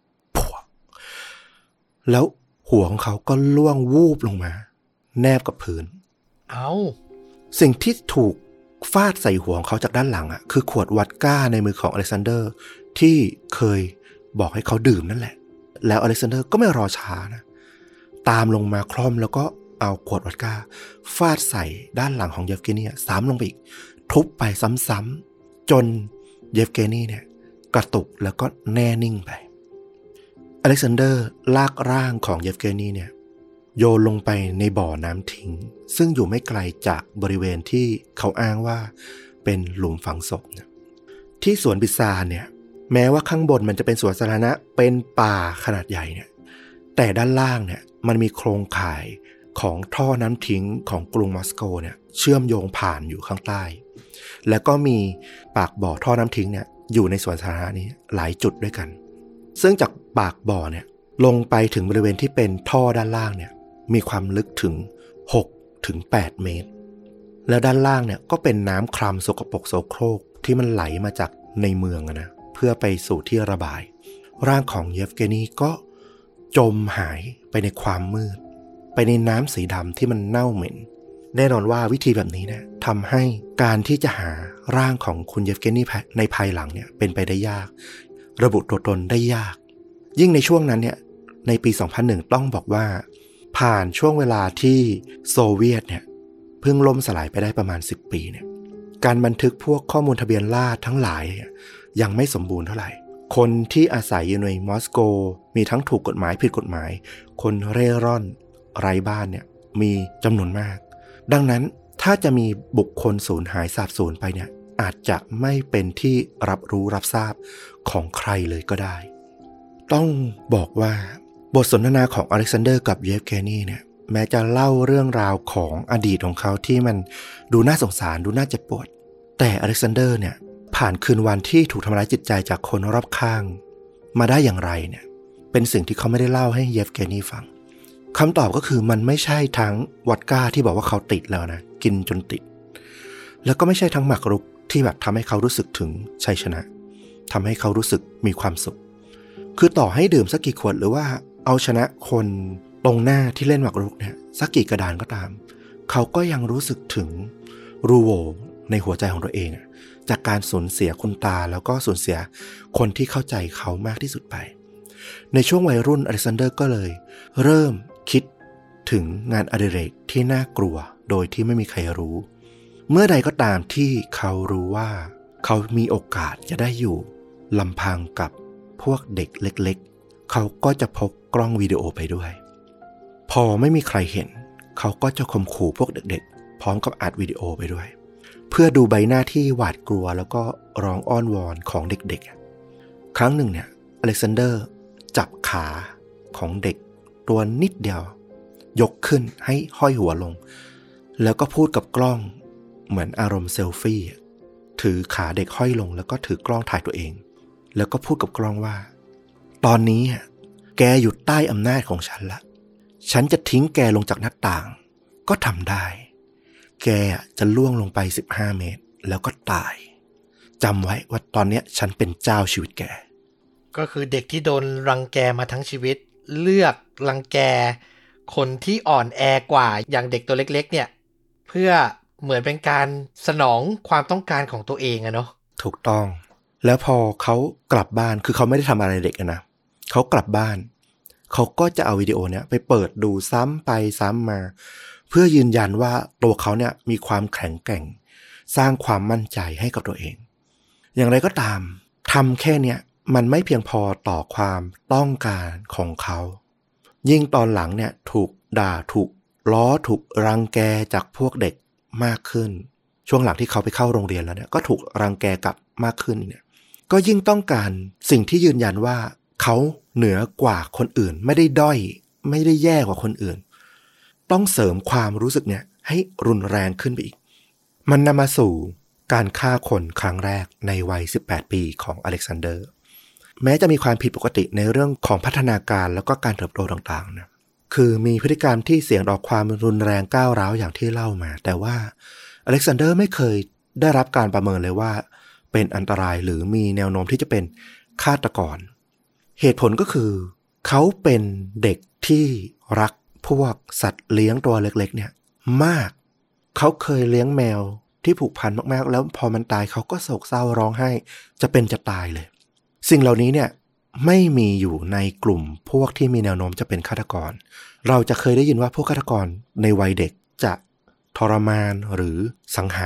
แล้วหัวของเขาก็ล่วงวูบลงมาแนบกับพื้นเอาสิ่งที่ถูกฟาดใส่หัวของเขาจากด้านหลังอ่ะคือขวดวอดก้าในมือของอเล็กซานเดอร์ที่เคยบอกให้เขาดื่มนั่นแหละแล้วอเล็กซานเดอร์ก็ไม่รอช้านะตามลงมาคล่อมแล้วก็เอาขวดวอดก้าฟาดใส่ด้านหลังของเยฟเกนีซ้ำลงไปอีกทุบไปซ้ำๆจนเยฟเกนีเนี่ยกระตุกแล้วก็แน่นิ่งไปอเล็กซานเดอร์ลากร่างของเยฟเกนีเนี่ยโยนลงไปในบ่อน้ำทิ้งซึ่งอยู่ไม่ไกลจากบริเวณที่เขาอ้างว่าเป็นหลุมฝังศพนะที่สวนบิซาเนี่ยแม้ว่าข้างบนมันจะเป็นสวนสาธารณะเป็นป่าขนาดใหญ่เนี่ยแต่ด้านล่างเนี่ยมันมีโครงข่ายของท่อน้ำทิ้งของกรุงมอสโกเนี่ยเชื่อมโยงผ่านอยู่ข้างใต้แล้วก็มีปากบ่อท่อน้ำทิ้งเนี่ยอยู่ในสวนสาธารณะนี้หลายจุดด้วยกันซึ่งจากปากบ่อเนี่ยลงไปถึงบริเวณที่เป็นท่อด้านล่างเนี่ยมีความลึกถึงหกถึงแปดเมตรแล้วด้านล่างเนี่ยก็เป็นน้ำครัมสกปรกโสโครกที่มันไหลมาจากในเมืองนะเพื่อไปสู่ที่ระบายร่างของเยฟเกนีก็จมหายไปในความมืดไปในน้ำสีดำที่มันเน่าเหม็นแน่นอนว่าวิธีแบบนี้เนี่ยทำให้การที่จะหาร่างของคุณเยฟเกนีในภายหลังเนี่ยเป็นไปได้ยากระบุตัวตนได้ยากยิ่งในช่วงนั้นเนี่ยในปีสองพันหนึ่งต้องบอกว่าผ่านช่วงเวลาที่โซเวียตเนี่ยเพิ่งล่มสลายไปได้ประมาณสิบปีเนี่ยการบันทึกพวกข้อมูลทะเบียนราษฎร์ทั้งหลายยังไม่สมบูรณ์เท่าไหร่คนที่อาศัยอยู่ในมอสโกมีทั้งถูกกฎหมายผิดกฎหมายคนเร่ร่อนไร้บ้านเนี่ยมีจำนวนมากดังนั้นถ้าจะมีบุคคลสูญหายสาบสูญไปเนี่ยอาจจะไม่เป็นที่รับรู้รับทราบของใครเลยก็ได้ต้องบอกว่าบทสนทนาของอเล็กซานเดอร์กับเยฟเกนีเนี่ยแม้จะเล่าเรื่องราวของอดีตของเขาที่มันดูน่าสงสารดูน่าเจ็บปวดแต่อเล็กซานเดอร์เนี่ยผ่านคืนวันที่ถูกทำร้ายจิตใจจากคนรอบข้างมาได้อย่างไรเนี่ยเป็นสิ่งที่เขาไม่ได้เล่าให้เยฟเกนีฟังคำตอบก็คือมันไม่ใช่ทั้งวอดก้าที่บอกว่าเขาติดแล้วนะกินจนติดแล้วก็ไม่ใช่ทั้งหมากรุกที่แบบทำให้เขารู้สึกถึงชัยชนะทำให้เขารู้สึกมีความสุขคือต่อให้ดื่มสักกี่ขวดหรือว่าเอาชนะคนตรงหน้าที่เล่นหมากรุกเนี่ยสักกี่กระดานก็ตามเขาก็ยังรู้สึกถึงรูโหว่ในหัวใจของตัวเองจากการสูญเสียคุณตาแล้วก็สูญเสียคนที่เข้าใจเขามากที่สุดไปในช่วงวัยรุ่นอเล็กซานเดอร์ก็เลยเริ่มคิดถึงงานอดิเรกที่น่ากลัวโดยที่ไม่มีใครรู้เมื่อใดก็ตามที่เขารู้ว่าเขามีโอกาสจะได้อยู่ลำพังกับพวกเด็กเล็กๆเขาก็จะพกกล้องวิดีโอไปด้วยพอไม่มีใครเห็นเขาก็จะข่มขู่พวกเด็กๆพร้อมกับอัดวิดีโอไปด้วยเพื่อดูใบหน้าที่หวาดกลัวแล้วก็ร้องอ้อนวอนของเด็กๆครั้งหนึ่งเนี่ยอเล็กซานเดอร์จับขาของเด็กตัวนิดเดียวยกขึ้นให้ห้อยหัวลงแล้วก็พูดกับกล้องเหมือนอารมณ์เซลฟี่ถือขาเด็กห้อยลงแล้วก็ถือกล้องถ่ายตัวเองแล้วก็พูดกับกล้องว่าตอนนี้แกอยู่ใต้อำนาจของฉันละฉันจะทิ้งแกลงจากหน้าต่างก็ทำได้แกจะล่วงลงไปสิบห้าเมตรแล้วก็ตายจำไว้ว่าตอนนี้ฉันเป็นเจ้าชีวิตแกก็คือเด็กที่โดนรังแกมาทั้งชีวิตเลือกรังแกคนที่อ่อนแอกว่าอย่างเด็กตัวเล็กๆเนี่ยเพื่อเหมือนเป็นการสนองความต้องการของตัวเองอะเนาะถูกต้องแล้วพอเขากลับบ้านคือเขาไม่ได้ทำอะไรเด็กนะเขากลับบ้านเขาก็จะเอาวิดีโอเนี้ยไปเปิดดูซ้ำไปซ้ำมาเพื่อยืนยันว่าตัวเขาเนี่ยมีความแข็งแกร่งสร้างความมั่นใจให้กับตัวเองอย่างไรก็ตามทำแค่เนี้ยมันไม่เพียงพอต่อความต้องการของเขายิ่งตอนหลังเนี่ยถูกด่าถูกล้อถูกรังแกจากพวกเด็กมากขึ้นช่วงหลังที่เขาไปเข้าโรงเรียนแล้วเนี่ยก็ถูกรังแกกลับมากขึ้นเนี่ยก็ยิ่งต้องการสิ่งที่ยืนยันว่าเขาเหนือกว่าคนอื่นไม่ได้ด้อยไม่ได้แย่กว่าคนอื่นต้องเสริมความรู้สึกเนี่ยให้รุนแรงขึ้นไปอีกมันนำมาสู่การฆ่าคนครั้งแรกในวัยสิบแปดปีของอเล็กซานเดอร์แม้จะมีความผิดปกติในเรื่องของพัฒนาการแล้วก็การเติบโตต่างๆนะคือมีพฤติกรรมที่เสี่ยงต่อความรุนแรงก้าวร้าวอย่างที่เล่ามาแต่ว่าอเล็กซานเดอร์ไม่เคยได้รับการประเมินเลยว่าเป็นอันตรายหรือมีแนวโน้มที่จะเป็นฆาตกรเหตุผลก็คือเขาเป็นเด็กที่รักพวกสัตว์เลี้ยงตัวเล็กๆเนี่ยมากเขาเคยเลี้ยงแมวที่ผูกพันมากๆแล้วพอมันตายเขาก็โศกเศร้าร้องไห้จะเป็นจะตายเลยสิ่งเหล่านี้เนี่ยไม่มีอยู่ในกลุ่มพวกที่มีแนวโน้มจะเป็นฆาตกรเราจะเคยได้ยินว่าพวกฆาตกรในวัยเด็กจะทรมานหรือสังหาร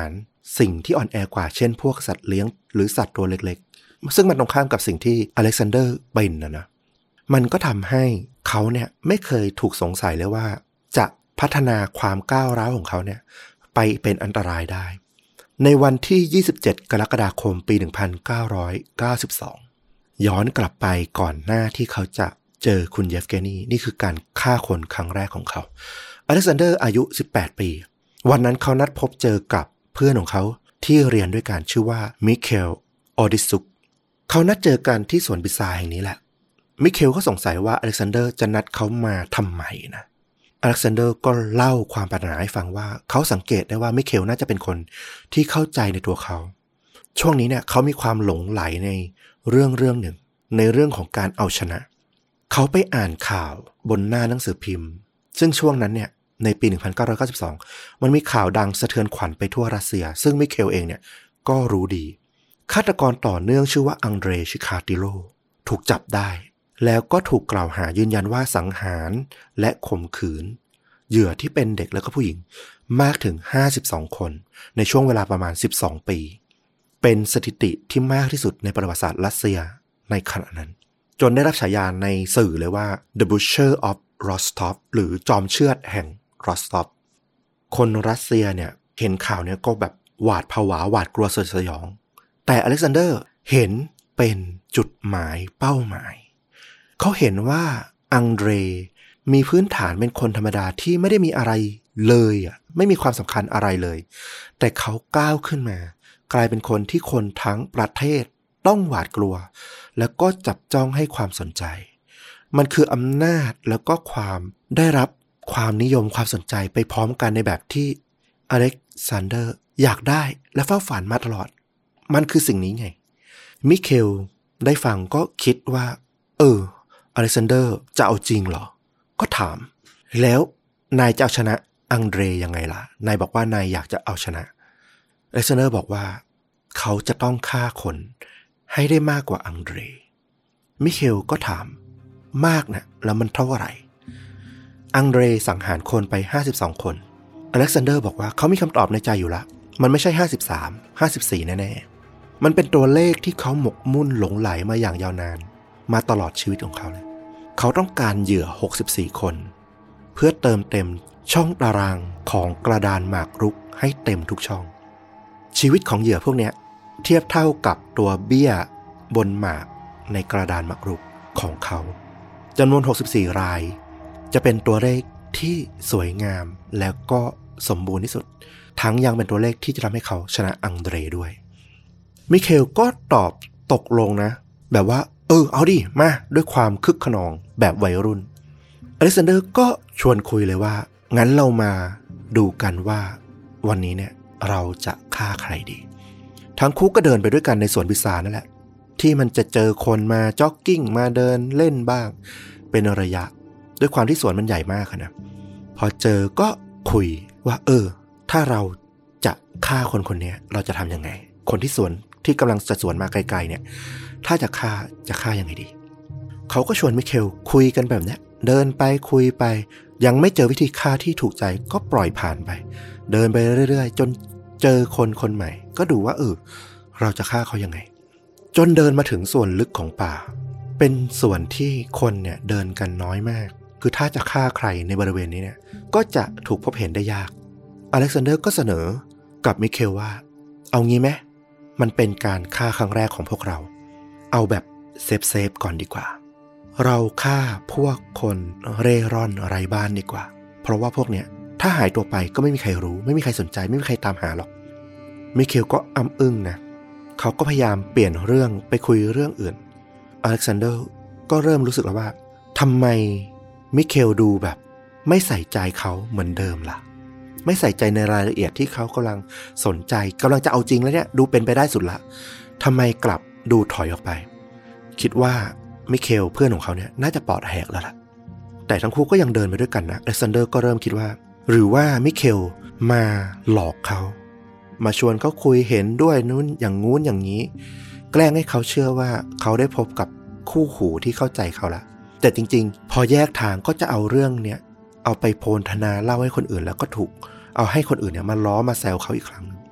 สิ่งที่อ่อนแอกว่าเช่นพวกสัตว์เลี้ยงหรือสัตว์ตัวเล็กๆซึ่งมันตรงข้ามกับสิ่งที่อเล็กซานเดอร์เป็นนะนะมันก็ทำให้เขาเนี่ยไม่เคยถูกสงสัยเลยว่าจะพัฒนาความก้าวร้าวของเขาเนี่ยไปเป็นอันตรายได้ในวันที่ยี่สิบเจ็ดกรกฎาคมปีหนึ่งพันเก้าร้อยเก้าสิบสองย้อนกลับไปก่อนหน้าที่เขาจะเจอคุณเยฟเกนีนี่คือการฆ่าคนครั้งแรกของเขาอเล็กซานเดอร์อายุสิบแปดปีวันนั้นเขานัดพบเจอกับเพื่อนของเขาที่เรียนด้วยกันชื่อว่ามิเคลออดิซุกเขานัดเจอกันที่สวนบิซาแห่งนี้แหละมิเคลก็สงสัยว่าอเล็กซานเดอร์จะนัดเขามาทำไมนะอเล็กซานเดอร์ก็เล่าความปัญหาให้ฟังว่าเขาสังเกตได้ว่ามิเคลน่าจะเป็นคนที่เข้าใจในตัวเขาช่วงนี้เนี่ยเขามีความหลงไหลในเรื่องเรื่องหนึ่งในเรื่องของการเอาชนะเขาไปอ่านข่าวบนหน้าหนังสือพิมพ์ซึ่งช่วงนั้นเนี่ยในปีหนึ่งพันเก้าร้อยเก้าสิบสองมันมีข่าวดังสะเทือนขวัญไปทั่วรัสเซียซึ่งมิเคลเองเนี่ยก็รู้ดีฆาตกรต่อเนื่องชื่อว่าอังเดรชิคาติโลถูกจับได้แล้วก็ถูกกล่าวหายืนยันว่าสังหารและข่มขืนเหยื่อที่เป็นเด็กและก็ผู้หญิงมากถึงห้าสิบสองคนในช่วงเวลาประมาณสิบสองปีเป็นสถิติที่มากที่สุดในประวัติศาสตร์รัสเซียในขณะนั้นจนได้รับฉายาในสื่อเลยว่า The Butcher of Rostov หรือจอมเชือดแห่งรอสตอฟคนรัสเซียเนี่ยเห็นข่าวเนี่ยก็แบบหวาดผวาหวาดกลัวสยดสยองแต่อเล็กซานเดอร์เห็นเป็นจุดหมายเป้าหมายเขาเห็นว่าอังเดรมีพื้นฐานเป็นคนธรรมดาที่ไม่ได้มีอะไรเลยอ่ะไม่มีความสำคัญอะไรเลยแต่เขาก้าวขึ้นมากลายเป็นคนที่คนทั้งประเทศต้องหวาดกลัวแล้วก็จับจ้องให้ความสนใจมันคืออำนาจแล้วก็ความได้รับความนิยมความสนใจไปพร้อมกันในแบบที่อเล็กซานเดอร์อยากได้และเฝ้าฝันมาตลอดมันคือสิ่งนี้ไงมิเคลได้ฟังก็คิดว่าเอออเล็กซานเดอร์จะเอาจริงเหรอก็ถามแล้วนายจะเอาชนะอังเดรยังไงล่ะนายบอกว่านายอยากจะเอาชนะอเล็กซานเดอร์บอกว่าเขาจะต้องฆ่าคนให้ได้มากกว่าอังเดรมิเคลก็ถามมากนะแล้วมันเท่าไหร่อังเดรสังหารคนไปห้าสิบสองคนอเล็กซานเดอร์บอกว่าเขามีคำตอบในใจอยู่ละมันไม่ใช่ห้าสิบสาม ห้าสิบสี่แน่ๆมันเป็นตัวเลขที่เขาหมกมุ่นหลงไหลมาอย่างยาวนานมาตลอดชีวิตของเขาเลยเขาต้องการเหยื่อหกสิบสี่คนเพื่อเติมเต็มช่องตารางของกระดานหมากรุกให้เต็มทุกช่องชีวิตของเหยื่อพวกนี้เทียบเท่ากับตัวเบี้ยบนหมากในกระดานหมากรุกของเขาจำนวนหกสิบสี่รายจะเป็นตัวเลขที่สวยงามแล้วก็สมบูรณ์ที่สุดทั้งยังเป็นตัวเลขที่จะทำให้เขาชนะอังเดรด้วยมิเคลก็ตอบตกลงนะแบบว่าเออเอาดิมาด้วยความคึกขนองแบบวัยรุ่นอเล็กซานเดอร์ก็ชวนคุยเลยว่างั้นเรามาดูกันว่าวันนี้เนี่ยเราจะฆ่าใครดีทั้งคู่ก็เดินไปด้วยกันในสวนบิซานั่นแหละที่มันจะเจอคนมาจ็อกกิ้งมาเดินเล่นบ้างเป็นระยะด้วยความที่สวนมันใหญ่มากนะพอเจอก็คุยว่าเออถ้าเราจะฆ่าคนคนนี้เราจะทำยังไงคนที่สวนที่กำลังจะสวนมาไกลๆเนี่ยถ้าจะฆ่าจะฆ่ายังไงดีเขาก็ชวนมิเคลคุยกันแบบนี้เดินไปคุยไปยังไม่เจอวิธีฆ่าที่ถูกใจก็ปล่อยผ่านไปเดินไปเรื่อยๆจนเจอคนคนใหม่ก็ดูว่าเออเราจะฆ่าเขายังไงจนเดินมาถึงส่วนลึกของป่าเป็นส่วนที่คนเนี่ยเดินกันน้อยมากคือถ้าจะฆ่าใครในบริเวณนี้เนี่ยก็จะถูกพบเห็นได้ยากอเล็กซานเดอร์ก็เสนอกับมิเคลว่าเอางี้ไหมมันเป็นการฆ่าครั้งแรกของพวกเราเอาแบบเซฟเซฟก่อนดีกว่าเราฆ่าพวกคนเร่ร่อนไร้บ้านดีกว่าเพราะว่าพวกเนี้ยถ้าหายตัวไปก็ไม่มีใครรู้ไม่มีใครสนใจไม่มีใครตามหาหรอกมิเคลก็อ้ำอึ้งนะเขาก็พยายามเปลี่ยนเรื่องไปคุยเรื่องอื่นอเล็กซานเดอร์ก็เริ่มรู้สึกแล้วว่าทำไมมิเคลดูแบบไม่ใส่ใจเขาเหมือนเดิมล่ะไม่ใส่ใจในรายละเอียดที่เขากำลังสนใจกำลังจะเอาจริงแล้วเนี่ยดูเป็นไปได้สุดละทำไมกลับดูถอยออกไปคิดว่ามิเคลเพื่อนของเขาเนี่ยน่าจะปอดแหกแล้วล่ะแต่ทั้งคู่ก็ยังเดินไปด้วยกันนะอเล็กซานเดอร์ก็เริ่มคิดว่าหรือว่ามิเคลมาหลอกเขามาชวนเขาคุยเห็นด้วยนู้นอย่างงู้นอย่างนี้แกล้งให้เขาเชื่อว่าเขาได้พบกับคู่หูที่เข้าใจเขาละแต่จริงๆพอแยกทางก็จะเอาเรื่องเนี้ยเอาไปโพลธนาเล่าให้คนอื่นแล้วก็ถูกเอาให้คนอื่นเนี่ยมาล้อมาแซวเขาอีกครั้ง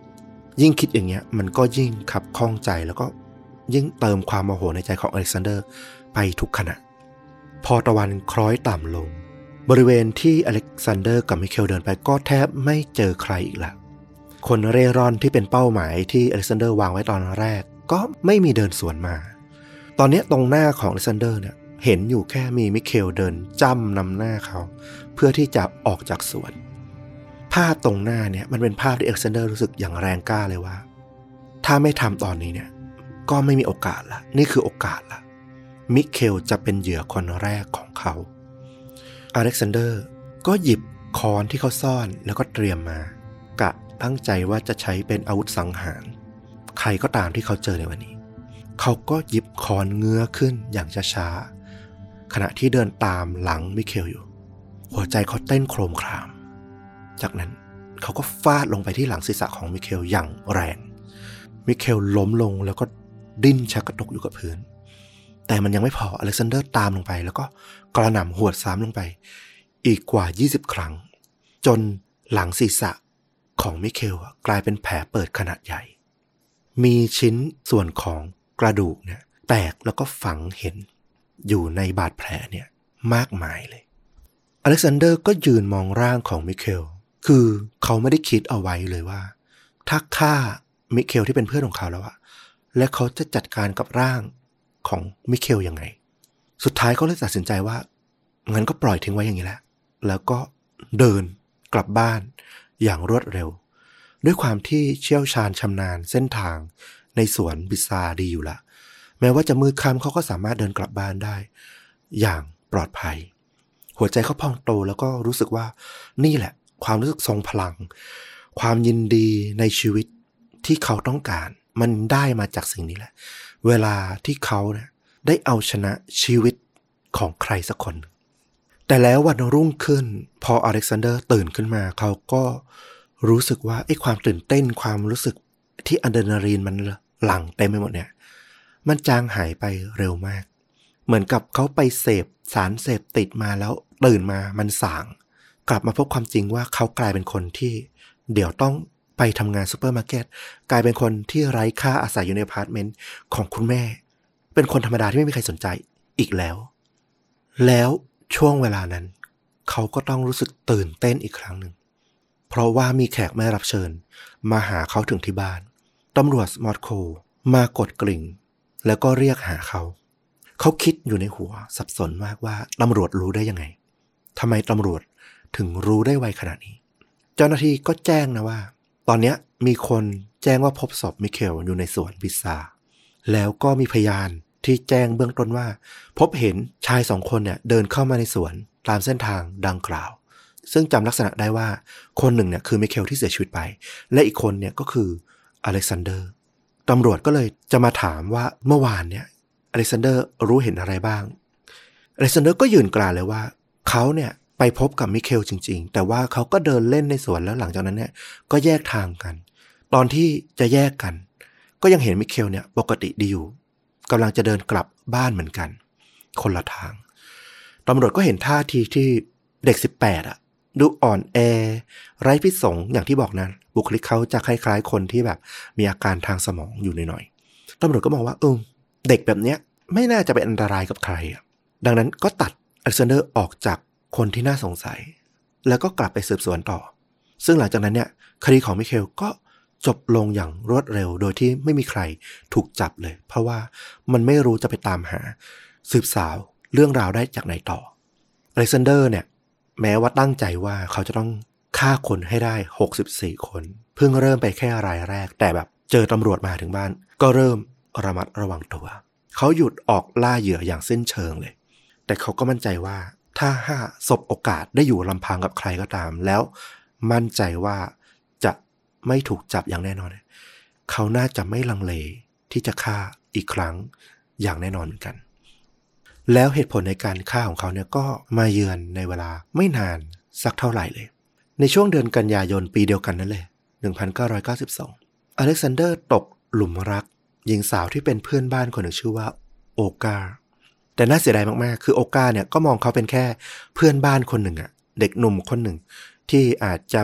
ยิ่งคิดอย่างเงี้ยมันก็ยิ่งขับข้องใจแล้วก็ยิ่งเติมความโมโหในใจของอเล็กซานเดอร์ไปทุกขณะพอตะวันคล้อยต่ำลงบริเวณที่อเล็กซานเดอร์กับมิเคลเดินไปก็แทบไม่เจอใครอีกละคนเร่ร่อนที่เป็นเป้าหมายที่อเล็กซานเดอร์วางไว้ตอนแรกก็ไม่มีเดินสวนมาตอนนี้ตรงหน้าของอเล็กซานเดอร์เนี่ยเห็นอยู่แค่มีมิเคลเดินจ้ำนำหน้าเขาเพื่อที่จะออกจากสวนภาพตรงหน้าเนี่ยมันเป็นภาพที่อเล็กซานเดอร์รู้สึกอย่างแรงกล้าเลยว่าถ้าไม่ทำตอนนี้เนี่ยก็ไม่มีโอกาสละนี่คือโอกาสละมิเคลจะเป็นเหยื่อคนแรกของเขาอเล็กซานเดอร์ก็หยิบค้อนที่เขาซ่อนแล้วก็เตรียมมากะตั้งใจว่าจะใช้เป็นอาวุธสังหารใครก็ตามที่เขาเจอในวันนี้เขาก็หยิบค้อนเงื้อขึ้นอย่างช้าๆขณะที่เดินตามหลังมิเคลอยู่หัวใจเขาเต้นโครมครามจากนั้นเขาก็ฟาดลงไปที่หลังศีรษะของมิเคลอย่างแรงมิเคลล้มลงแล้วก็ดิ้นชักกระตุกอยู่กับพื้นแต่มันยังไม่พออเล็กซานเดอร์ตามลงไปแล้วก็กระหน่ำหวดซ้ำลงไปอีกกว่ายี่สิบครั้งจนหลังศีรษะของมิเคลกลายเป็นแผลเปิดขนาดใหญ่มีชิ้นส่วนของกระดูกเนี่ยแตกแล้วก็ฝังเห็นอยู่ในบาดแผลเนี่ยมากมายเลยอเล็กซานเดอร์ก็ยืนมองร่างของมิเคลคือเขาไม่ได้คิดเอาไว้เลยว่าถ้าฆ่ามิเคลที่เป็นเพื่อนของเขาแล้วอะและเขาจะจัดการกับร่างของมิเคลยังไงสุดท้ายเขาเลยตัดสินใจว่างั้นก็ปล่อยทิ้งไว้อย่างนี้แหละแล้วก็เดินกลับบ้านอย่างรวดเร็วด้วยความที่เชี่ยวชาญชำนาญเส้นทางในสวนบิซาดีอยู่ละแม้ว่าจะมืดค่ำเขาก็สามารถเดินกลับบ้านได้อย่างปลอดภัยหัวใจเขาพองโตแล้วก็รู้สึกว่านี่แหละความรู้สึกทรงพลังความยินดีในชีวิตที่เขาต้องการมันได้มาจากสิ่งนี้แหละเวลาที่เขาเนี่ยได้เอาชนะชีวิตของใครสักคนแต่แล้ววันรุ่งขึ้นพออเล็กซานเดอร์ตื่นขึ้นมาเขาก็รู้สึกว่าไอ้ความตื่นเต้นความรู้สึกที่อะดรีนาลีนมันหลั่งเต็มไปหมดเนี่ยมันจางหายไปเร็วมากเหมือนกับเขาไปเสพสารเสพติดมาแล้วตื่นมามันส่างกลับมาพบความจริงว่าเขากลายเป็นคนที่เดี๋ยวต้องไปทำงานซูเปอร์มาร์เก็ตกลายเป็นคนที่ไร้ค่าอาศัยอยู่ในอพาร์ตเมนต์ของคุณแม่เป็นคนธรรมดาที่ไม่มีใครสนใจอีกแล้วแล้วช่วงเวลานั้นเขาก็ต้องรู้สึกตื่นเต้นอีกครั้งหนึ่งเพราะว่ามีแขกไม่รับเชิญมาหาเขาถึงที่บ้านตำรวจมอสโกมากดกริ่งแล้วก็เรียกหาเขาเขาคิดอยู่ในหัวสับสนมากว่าตำรวจรู้ได้ยังไงทำไมตำรวจถึงรู้ได้ไวขนาดนี้เจ้าหน้าที่ก็แจ้งนะว่าตอนนี้มีคนแจ้งว่าพบศพมิเคลอยู่ในสวนบิซาแล้วก็มีพยานที่แจ้งเบื้องต้นว่าพบเห็นชายสองคนเนี่ยเดินเข้ามาในสวนตามเส้นทางดังกล่าวซึ่งจำลักษณะได้ว่าคนหนึ่งเนี่ยคือมิเคลที่เสียชีวิตไปและอีกคนเนี่ยก็คืออเล็กซานเดอร์ตำรวจก็เลยจะมาถามว่าเมื่อวานเนี่ยอเล็กซานเดอร์รู้เห็นอะไรบ้างอเล็กซานเดอร์ก็ยืนกรานเลยว่าเขาเนี่ยไปพบกับมิเคลจริงๆแต่ว่าเขาก็เดินเล่นในสวนแล้วหลังจากนั้นเนี่ยก็แยกทางกันตอนที่จะแยกกันก็ยังเห็นมิเคลเนี่ยปกติดีอยู่กำลังจะเดินกลับบ้านเหมือนกันคนละทางตำรวจก็เห็นท่าทีที่เด็กสิบแปดอ่ะดูอ่อนแอไร้พิษสงอย่างที่บอกนั้นบุคลิกเขาจะคล้ายๆคนที่แบบมีอาการทางสมองอยู่หน่อยๆตำรวจก็มองว่าเออเด็กแบบเนี้ยไม่น่าจะเป็นอันตรายกับใครอ่ะดังนั้นก็ตัดอเล็กซานเดอร์ออกจากคนที่น่าสงสัยแล้วก็กลับไปสืบสวนต่อซึ่งหลังจากนั้นเนี่ยคดีของมิเคลก็จบลงอย่างรวดเร็วโดยที่ไม่มีใครถูกจับเลยเพราะว่ามันไม่รู้จะไปตามหาสืบสาวเรื่องราวได้จากไหนต่ออเล็กซานเดอร์เนี่ยแม้ว่าตั้งใจว่าเขาจะต้องฆ่าคนให้ได้หกสิบสี่คนเพิ่งเริ่มไปแค่รายแรกแต่แบบเจอตำรวจมาถึงบ้านก็เริ่มระมัดระวังตัวเขาหยุดออกล่าเหยื่ออย่างสิ้นเชิงเลยแต่เขาก็มั่นใจว่าถ้าห้าสบโอกาสได้อยู่ลำพังกับใครก็ตามแล้วมั่นใจว่าจะไม่ถูกจับอย่างแน่นอนเขาน่าจะไม่ลังเลที่จะฆ่าอีกครั้งอย่างแน่นอนเหมือนกันแล้วเหตุผลในการฆ่าของเขาเนี่ยก็มาเยือนในเวลาไม่นานสักเท่าไหร่เลยในช่วงเดือนกันยายนปีเดียวกันนั่นเลยหนึ่งพันเก้าร้อยเก้าสิบสองอเล็กซานเดอร์ตกหลุมรักหญิงสาวที่เป็นเพื่อนบ้านคนหนึ่งชื่อว่าโอกาแต่น่าเสียดายมากๆคือโอกาเนี่ยก็มองเขาเป็นแค่เพื่อนบ้านคนหนึ่งอะเด็กหนุ่มคนหนึ่งที่อาจจะแบบ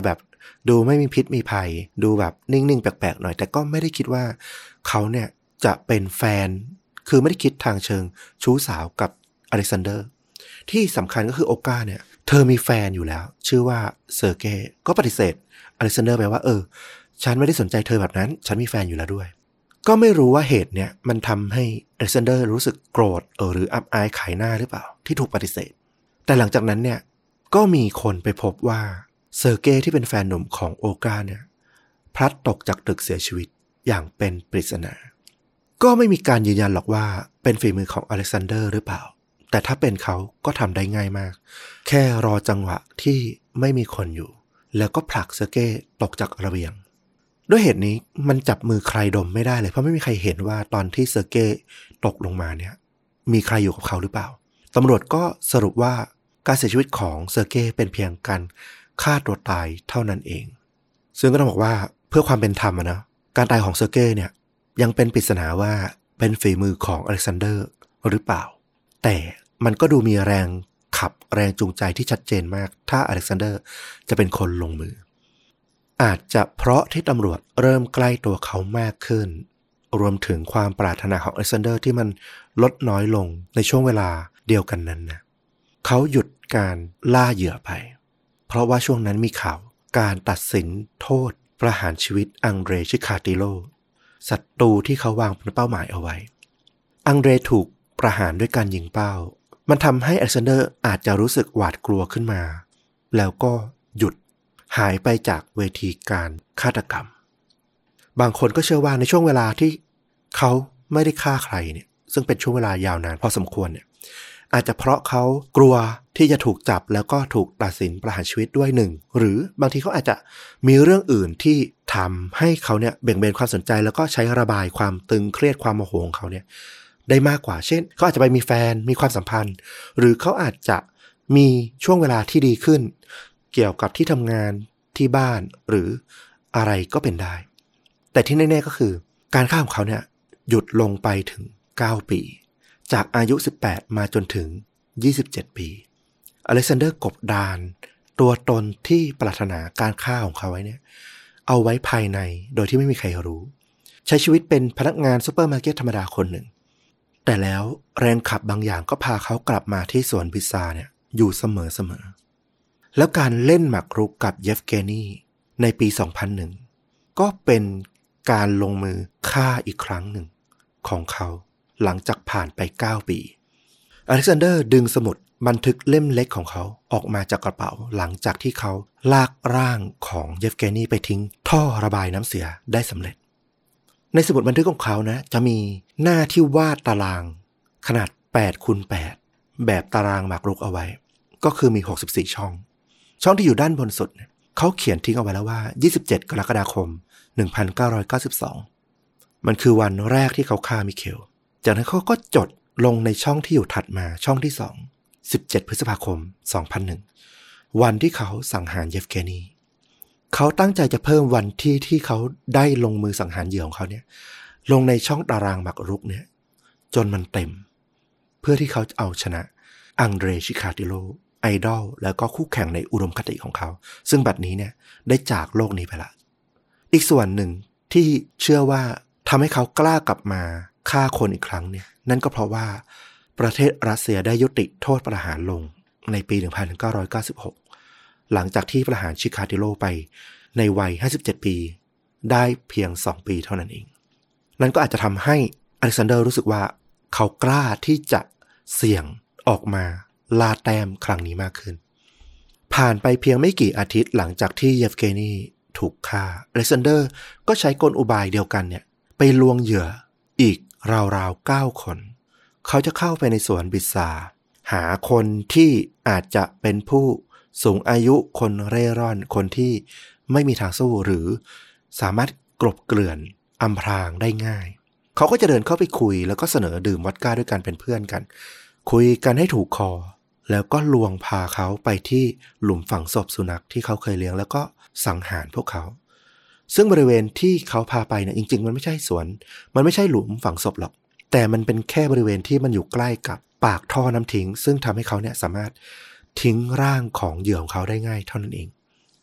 ดูไม่มีพิษมีภัยดูแบบนิ่งๆแปลกๆหน่อยแต่ก็ไม่ได้คิดว่าเขาเนี่ยจะเป็นแฟนคือไม่ได้คิดทางเชิงชู้สาวกับอเล็กซานเดอร์ที่สำคัญก็คือโอกาเนี่ยเธอมีแฟนอยู่แล้วชื่อว่าเซอร์เกย์ก็ปฏิเสธอเล็กซานเดอร์ไปว่าเออฉันไม่ได้สนใจเธอแบบนั้นฉันมีแฟนอยู่แล้วด้วยก็ไม่รู้ว่าเหตุเนี่ยมันทำให้อเล็กซานเดอร์รู้สึกโกรธเออหรืออับอายขายหน้าหรือเปล่าที่ถูกปฏิเสธแต่หลังจากนั้นเนี่ยก็มีคนไปพบว่าเซอร์เกย์ที่เป็นแฟนหนุ่มของโอกาเนี่ยพลัดตกจากตึกเสียชีวิตอย่างเป็นปริศนาก็ไม่มีการยืนยันหรอกว่าเป็นฝีมือของอเล็กซานเดอร์หรือเปล่าแต่ถ้าเป็นเขาก็ทำได้ง่ายมากแค่รอจังหวะที่ไม่มีคนอยู่แล้วก็ผลักเซอร์เกย์ตกจากระเบียงด้วยเหตุนี้มันจับมือใครดมไม่ได้เลยเพราะไม่มีใครเห็นว่าตอนที่เซอร์เกย์ตกลงมาเนี่ยมีใครอยู่กับเขาหรือเปล่าตำรวจก็สรุปว่าการเสียชีวิตของเซอร์เกย์เป็นเพียงการฆ่าตัวตายเท่านั้นเองซึ่งก็ต้องบอกว่าเพื่อความเป็นธรรมอะนะการตายของเซอร์เกย์เนี่ยยังเป็นปริศนาว่าเป็นฝีมือของอเล็กซานเดอร์หรือเปล่าแต่มันก็ดูมีแรงขับแรงจูงใจที่ชัดเจนมากถ้าอเล็กซานเดอร์จะเป็นคนลงมืออาจจะเพราะที่ตำรวจเริ่มใกล้ตัวเขามากขึ้นรวมถึงความปรารถนาของอเล็กซานเดอร์ที่มันลดน้อยลงในช่วงเวลาเดียวกันนั้นนะเขาหยุดการล่าเหยื่อไปเพราะว่าช่วงนั้นมีข่าวการตัดสินโทษประหารชีวิตอังเดรชิคาติโลศัตรูที่เขาวางเป็นเป้าหมายเอาไว้อังเดรถูกประหารด้วยการยิงเป้ามันทำให้อเล็กซานเดอร์อาจจะรู้สึกหวาดกลัวขึ้นมาแล้วก็หยุดหายไปจากเวทีการฆาตกรรมบางคนก็เชื่อว่าในช่วงเวลาที่เขาไม่ได้ฆ่าใครเนี่ยซึ่งเป็นช่วงเวลายาวนานพอสมควรเนี่ยอาจจะเพราะเขากลัวที่จะถูกจับแล้วก็ถูกตัดสินประหารชีวิตด้วยหนึ่งหรือบางทีเขาอาจจะมีเรื่องอื่นที่ทำให้เขาเนี่ยเบี่ยงเบนความสนใจแล้วก็ใช้ระบายความตึงเครียดความโมโหของเขาเนี่ยได้มากกว่าเช่นเขาอาจจะไปมีแฟนมีความสัมพันธ์หรือเขาอาจจะมีช่วงเวลาที่ดีขึ้นเกี่ยวกับที่ทำงานที่บ้านหรืออะไรก็เป็นได้แต่ที่แน่ๆก็คือการฆ่าของเขาเนี่ยหยุดลงไปถึงเก้าปีจากอายุสิบแปดมาจนถึงยี่สิบเจ็ดปีอเล็กซานเดอร์กบดานตัวตนที่ปรารถนาการฆ่าของเขาไว้เนี่ยเอาไว้ภายในโดยที่ไม่มีใครรู้ใช้ชีวิตเป็นพนักงานซูเปอร์มาร์เก็ตธรรมดาคนหนึ่งแต่แล้วแรงขับบางอย่างก็พาเขากลับมาที่สวนพิซซ่าเนี่ยอยู่เสมอๆแล้วการเล่นหมากรุกกับเยฟเกนีในปีสองพันหนึ่งก็เป็นการลงมือฆ่าอีกครั้งหนึ่งของเขาหลังจากผ่านไปเก้าปีอเล็กซานเดอร์ดึงสมุดบันทึกเล่มเล็กของเขาออกมาจากกระเป๋าหลังจากที่เขาลากร่างของเยฟเกนีไปทิ้งท่อระบายน้ำเสียได้สำเร็จในสมุดบันทึกของเขานะจะมีหน้าที่วาดตารางขนาดแปดคูณแปดแบบตารางหมากรุกเอาไว้ก็คือมีหกสิบสี่ช่องช่องที่อยู่ด้านบนสุดเขาเขียนทิ้งเอาไว้แล้วว่ายี่สิบเจ็ดกรกฎาคมหนึ่งพันเก้าร้อยเก้าสิบสองมันคือวันแรกที่เขาฆ่ามิเคลจากนั้นเขาก็จดลงในช่องที่อยู่ถัดมาช่องที่สอง สิบเจ็ดพฤษภาคมสองพันหนึ่งวันที่เขาสังหารเยฟเกนีเขาตั้งใจจะเพิ่มวันที่ที่เขาได้ลงมือสังหารเหยื่อของเขาเนี่ยลงในช่องตารางหมากรุกเนี่ยจนมันเต็มเพื่อที่เขาจะเอาชนะอังเดรชิคาติโลไอดอลแล้วก็คู่แข่งในอุดมคติของเขาซึ่งบัดนี้เนี่ยได้จากโลกนี้ไปละอีกส่วนหนึ่งที่เชื่อว่าทำให้เขากล้ากลับมาฆ่าคนอีกครั้งเนี่ยนั่นก็เพราะว่าประเทศรัสเซียได้ยุติโทษประหารลงในปีหนึ่งพันเก้าร้อยเก้าสิบหกหลังจากที่ประหารชิคาติโลไปในวัยห้าสิบเจ็ดปีได้เพียงสองปีเท่านั้นเองนั่นก็อาจจะทำให้อเล็กซานเดอร์รู้สึกว่าเขากล้าที่จะเสี่ยงออกมาล่าแต้มครั้งนี้มากขึ้นผ่านไปเพียงไม่กี่อาทิตย์หลังจากที่เยฟเกนีถูกฆ่าอเล็กซานเดอร์ก็ใช้กลอุบายเดียวกันเนี่ยไปลวงเหยื่ออีกราวๆเก้าคนเขาจะเข้าไปในสวนบิซาหาคนที่อาจจะเป็นผู้สูงอายุคนเร่ร่อนคนที่ไม่มีทางสู้หรือสามารถกลบเกลื่อนอำพรางได้ง่ายเขาก็จะเดินเข้าไปคุยแล้วก็เสนอดื่มวอดก้าด้วยกันเป็นเพื่อนกันคุยกันให้ถูกคอแล้วก็ลวงพาเขาไปที่หลุมฝังศพสุนัขที่เขาเคยเลี้ยงแล้วก็สังหารพวกเขาซึ่งบริเวณที่เขาพาไปเนี่ยจริงๆมันไม่ใช่สวนมันไม่ใช่หลุมฝังศพหรอกแต่มันเป็นแค่บริเวณที่มันอยู่ใกล้กับปากท่อน้ำทิ้งซึ่งทำให้เขาเนี่ยสามารถทิ้งร่างของเหยื่อของเขาได้ง่ายเท่านั้นเอง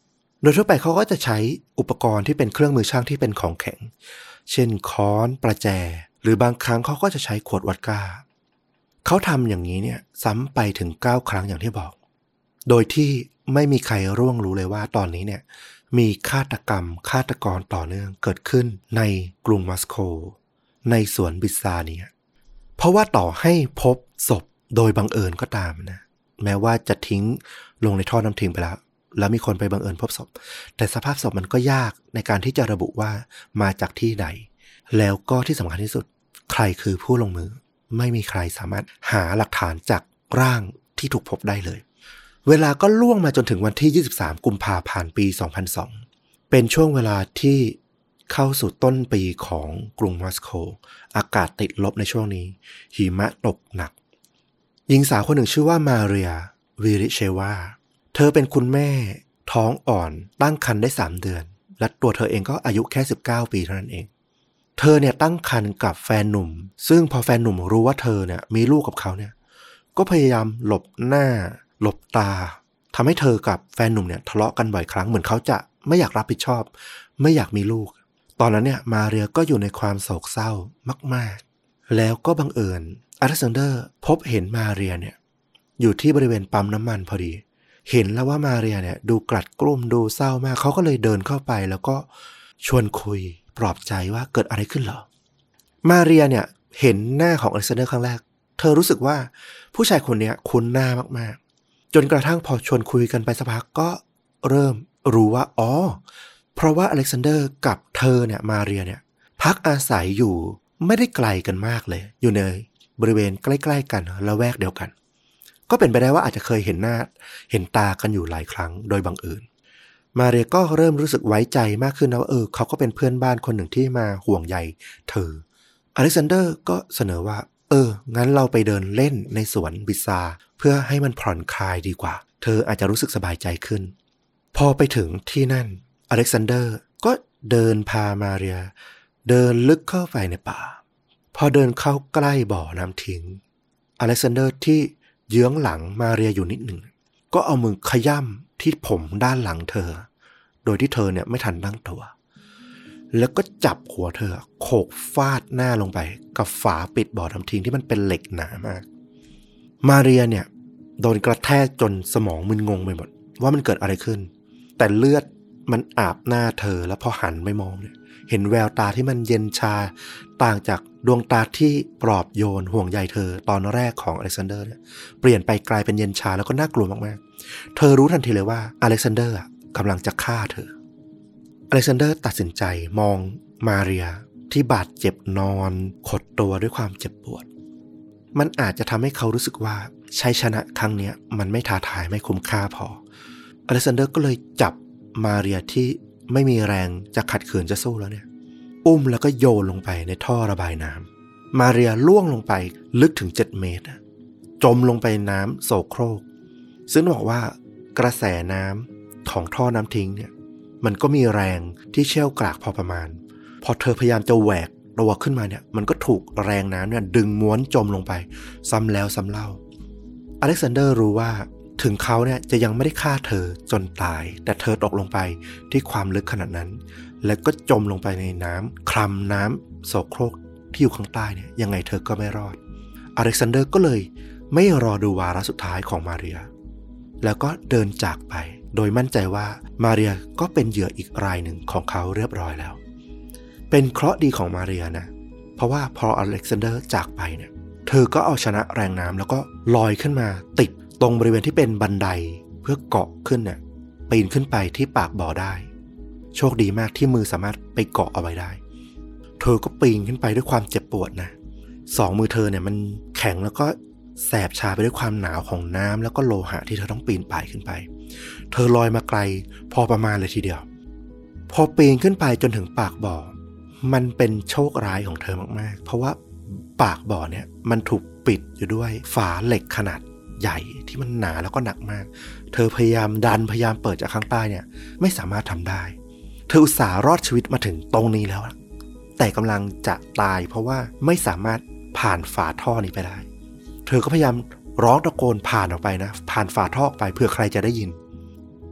โดยทั่วไปเขาก็จะใช้อุปกรณ์ที่เป็นเครื่องมือช่างที่เป็นของแข็งเช่นค้อนประแจหรือบางครั้งเขาก็จะใช้ขวดวอดก้าเขาทำอย่างนี้เนี่ยซ้ำไปถึงเก้าครั้งอย่างที่บอกโดยที่ไม่มีใครร่วงรู้เลยว่าตอนนี้เนี่ยมีฆาตกรรมฆาตกรต่อเนื่องเกิดขึ้นในกรุงมอสโกในสวนบิซาเนียเพราะว่าต่อให้พบศพโดยบังเอิญก็ตามนะแม้ว่าจะทิ้งลงในท่อน้ำทิ้งไปแล้วแล้วมีคนไปบังเอิญพบศพแต่สภาพศพมันก็ยากในการที่จะระบุว่ามาจากที่ใดแล้วก็ที่สำคัญที่สุดใครคือผู้ลงมือไม่มีใครสามารถหาหลักฐานจากร่างที่ถูกพบได้เลยเวลาก็ล่วงมาจนถึงวันที่ยี่สิบสามกุมภาพันธ์ปีสองพันสองเป็นช่วงเวลาที่เข้าสู่ต้นปีของกรุงมอสโกอากาศติดลบในช่วงนี้หิมะตกหนักหญิงสาวคนหนึ่งชื่อว่ามาเรียวิริเชวาเธอเป็นคุณแม่ท้องอ่อนตั้งครรภ์ได้สามเดือนและตัวเธอเองก็อายุแค่สิบเก้าปีเท่านั้นเองเธอเนี่ยตั้งครรภ์กับแฟนหนุ่มซึ่งพอแฟนหนุ่มรู้ว่าเธอเนี่ยมีลูกกับเขาเนี่ยก็พยายามหลบหน้าหลบตาทำให้เธอกับแฟนหนุ่มเนี่ยทะเลาะกันบ่อยครั้งเหมือนเขาจะไม่อยากรับผิดชอบไม่อยากมีลูกตอนนั้นเนี่ยมาเรียก็อยู่ในความโศกเศร้ามากๆแล้วก็บังเอิญอเล็กซานเดอร์พบเห็นมาเรียเนี่ยอยู่ที่บริเวณปั๊มน้ำมันพอดีเห็นแล้วว่ามาเรียเนี่ยดูกลัดกลุ้มดูเศร้ามากเขาก็เลยเดินเข้าไปแล้วก็ชวนคุยปลอบใจว่าเกิดอะไรขึ้นเหรอมาเรียเนี่ยเห็นหน้าของอเล็กซานเดอร์ครั้งแรกเธอรู้สึกว่าผู้ชายคนนี้คุ้นหน้ามากๆจนกระทั่งพอชวนคุยกันไปสักพักก็เริ่มรู้ว่าอ๋อเพราะว่าอเล็กซานเดอร์กับเธอเนี่ยมาเรียเนี่ยพักอาศัยอยู่ไม่ได้ไกลกันมากเลยอยู่ในบริเวณใกล้ๆกันละแวกเดียวกันก็เป็นไปได้ว่าอาจจะเคยเห็นหน้าเห็นตากันอยู่หลายครั้งโดยบังเอิญมาเรียก็เริ่มรู้สึกไว้ใจมากขึ้นนะว่าเออเขาก็เป็นเพื่อนบ้านคนหนึ่งที่มาห่วงใยเธออเล็กซานเดอร์ก็เสนอว่าเอองั้นเราไปเดินเล่นในสวนบิซาเพื่อให้มันผ่อนคลายดีกว่าเธออาจจะรู้สึกสบายใจขึ้นพอไปถึงที่นั่นอเล็กซานเดอร์ก็เดินพามาเรียเดินลึกเข้าไปในป่าพอเดินเข้าใกล้บ่อน้ำทิ้งอเล็กซานเดอร์ที่เยื้องหลังมาเรียอยู่นิดหนึ่งก็เอามือขย้ำที่ผมด้านหลังเธอโดยที่เธอเนี่ยไม่ทันตั้งตัวแล้วก็จับหัวเธอโขกฟาดหน้าลงไปกับฝาปิดบ่อน้ำทิ้งที่มันเป็นเหล็กหนามากมาเรียเนี่ยโดนกระแทกจนสมองมึนงงไปหมดว่ามันเกิดอะไรขึ้นแต่เลือดมันอาบหน้าเธอแล้วพอหันไปมองเนี่ยเห็นแววตาที่มันเย็นชาต่างจากดวงตาที่ปลอบโยนห่วงใยเธอตอนแรกของอเล็กซานเดอร์เนี่ยเปลี่ยนไปกลายเป็นเย็นชาแล้วก็น่ากลัวมากๆเธอรู้ทันทีเลยว่าอเล็กซานเดอร์กำลังจะฆ่าเธออเล็กซานเดอร์ตัดสินใจมองมาเรียที่บาดเจ็บนอนขดตัวด้วยความเจ็บปวดมันอาจจะทำให้เขารู้สึกว่าชัยชนะครั้งนี้มันไม่ท้าทายไม่คุ้มค่าพออเล็กซานเดอร์ก็เลยจับมาเรียที่ไม่มีแรงจะขัดขืนจะสู้แล้วเนี่ยอุ้มแล้วก็โยนลงไปในท่อระบายน้ำมาเรียล่วงลงไปลึกถึงเจ็ดเมตรจมลงไปน้ำโสโครกซึ่งบอกว่ากระแสน้ำของท่อน้ำทิ้งเนี่ยมันก็มีแรงที่เชี่ยวกรากพอประมาณพอเธอพยายามจะแหวกตัวขึ้นมาเนี่ยมันก็ถูกแรงน้ำเนี่ยดึงม้วนจมลงไปซ้ำแล้วซ้ำเล่าอเล็กซานเดอร์รู้ว่าถึงเขาเนี่ยจะยังไม่ได้ฆ่าเธอจนตายแต่เธอตกลงไปที่ความลึกขนาดนั้นแล้วก็จมลงไปในน้ำคลำน้ำโสโครกที่อยู่ข้างใต้เนี่ยยังไงเธอก็ไม่รอดอเล็กซานเดอร์ก็เลยไม่รอดูวาระสุดท้ายของมาเรียแล้วก็เดินจากไปโดยมั่นใจว่ามาเรียก็เป็นเหยื่ออีกรายหนึ่งของเขาเรียบร้อยแล้วเป็นเคราะห์ดีของมาเรียนะเพราะว่าพออเล็กซานเดอร์จากไปเนี่ยเธอก็เอาชนะแรงน้ำแล้วก็ลอยขึ้นมาติดตรงบริเวณที่เป็นบันไดเพื่อเกาะขึ้นเนี่ยปีนขึ้นไปที่ปากบ่อได้โชคดีมากที่มือสามารถไปเกาะเอาไว้ได้เธอก็ปีนขึ้นไปด้วยความเจ็บปวดนะสองมือเธอเนี่ยมันแข็งแล้วก็แสบชาไปด้วยความหนาวของน้ำแล้วก็โลหะที่เธอต้องปีนป่ายขึ้นไปเธอลอยมาไกลพอประมาณเลยทีเดียวพอปีนขึ้นไปจนถึงปากบ่อมันเป็นโชคร้ายของเธอมากๆเพราะว่าปากบ่อเนี่ยมันถูกปิดอยู่ด้วยฝาเหล็กขนาดใหญ่ที่มันหนาแล้วก็หนักมากเธอพยายามดันพยายามเปิดจากข้างใต้เนี่ยไม่สามารถทำได้เธออุตส่าห์รอดชีวิตมาถึงตรงนี้แล้วแต่กำลังจะตายเพราะว่าไม่สามารถผ่านฝาท่อนี้ไปได้เธอก็พยายามร้องตะโกนผ่านออกไปนะผ่านฝาท่อออกไปเพื่อใครจะได้ยิน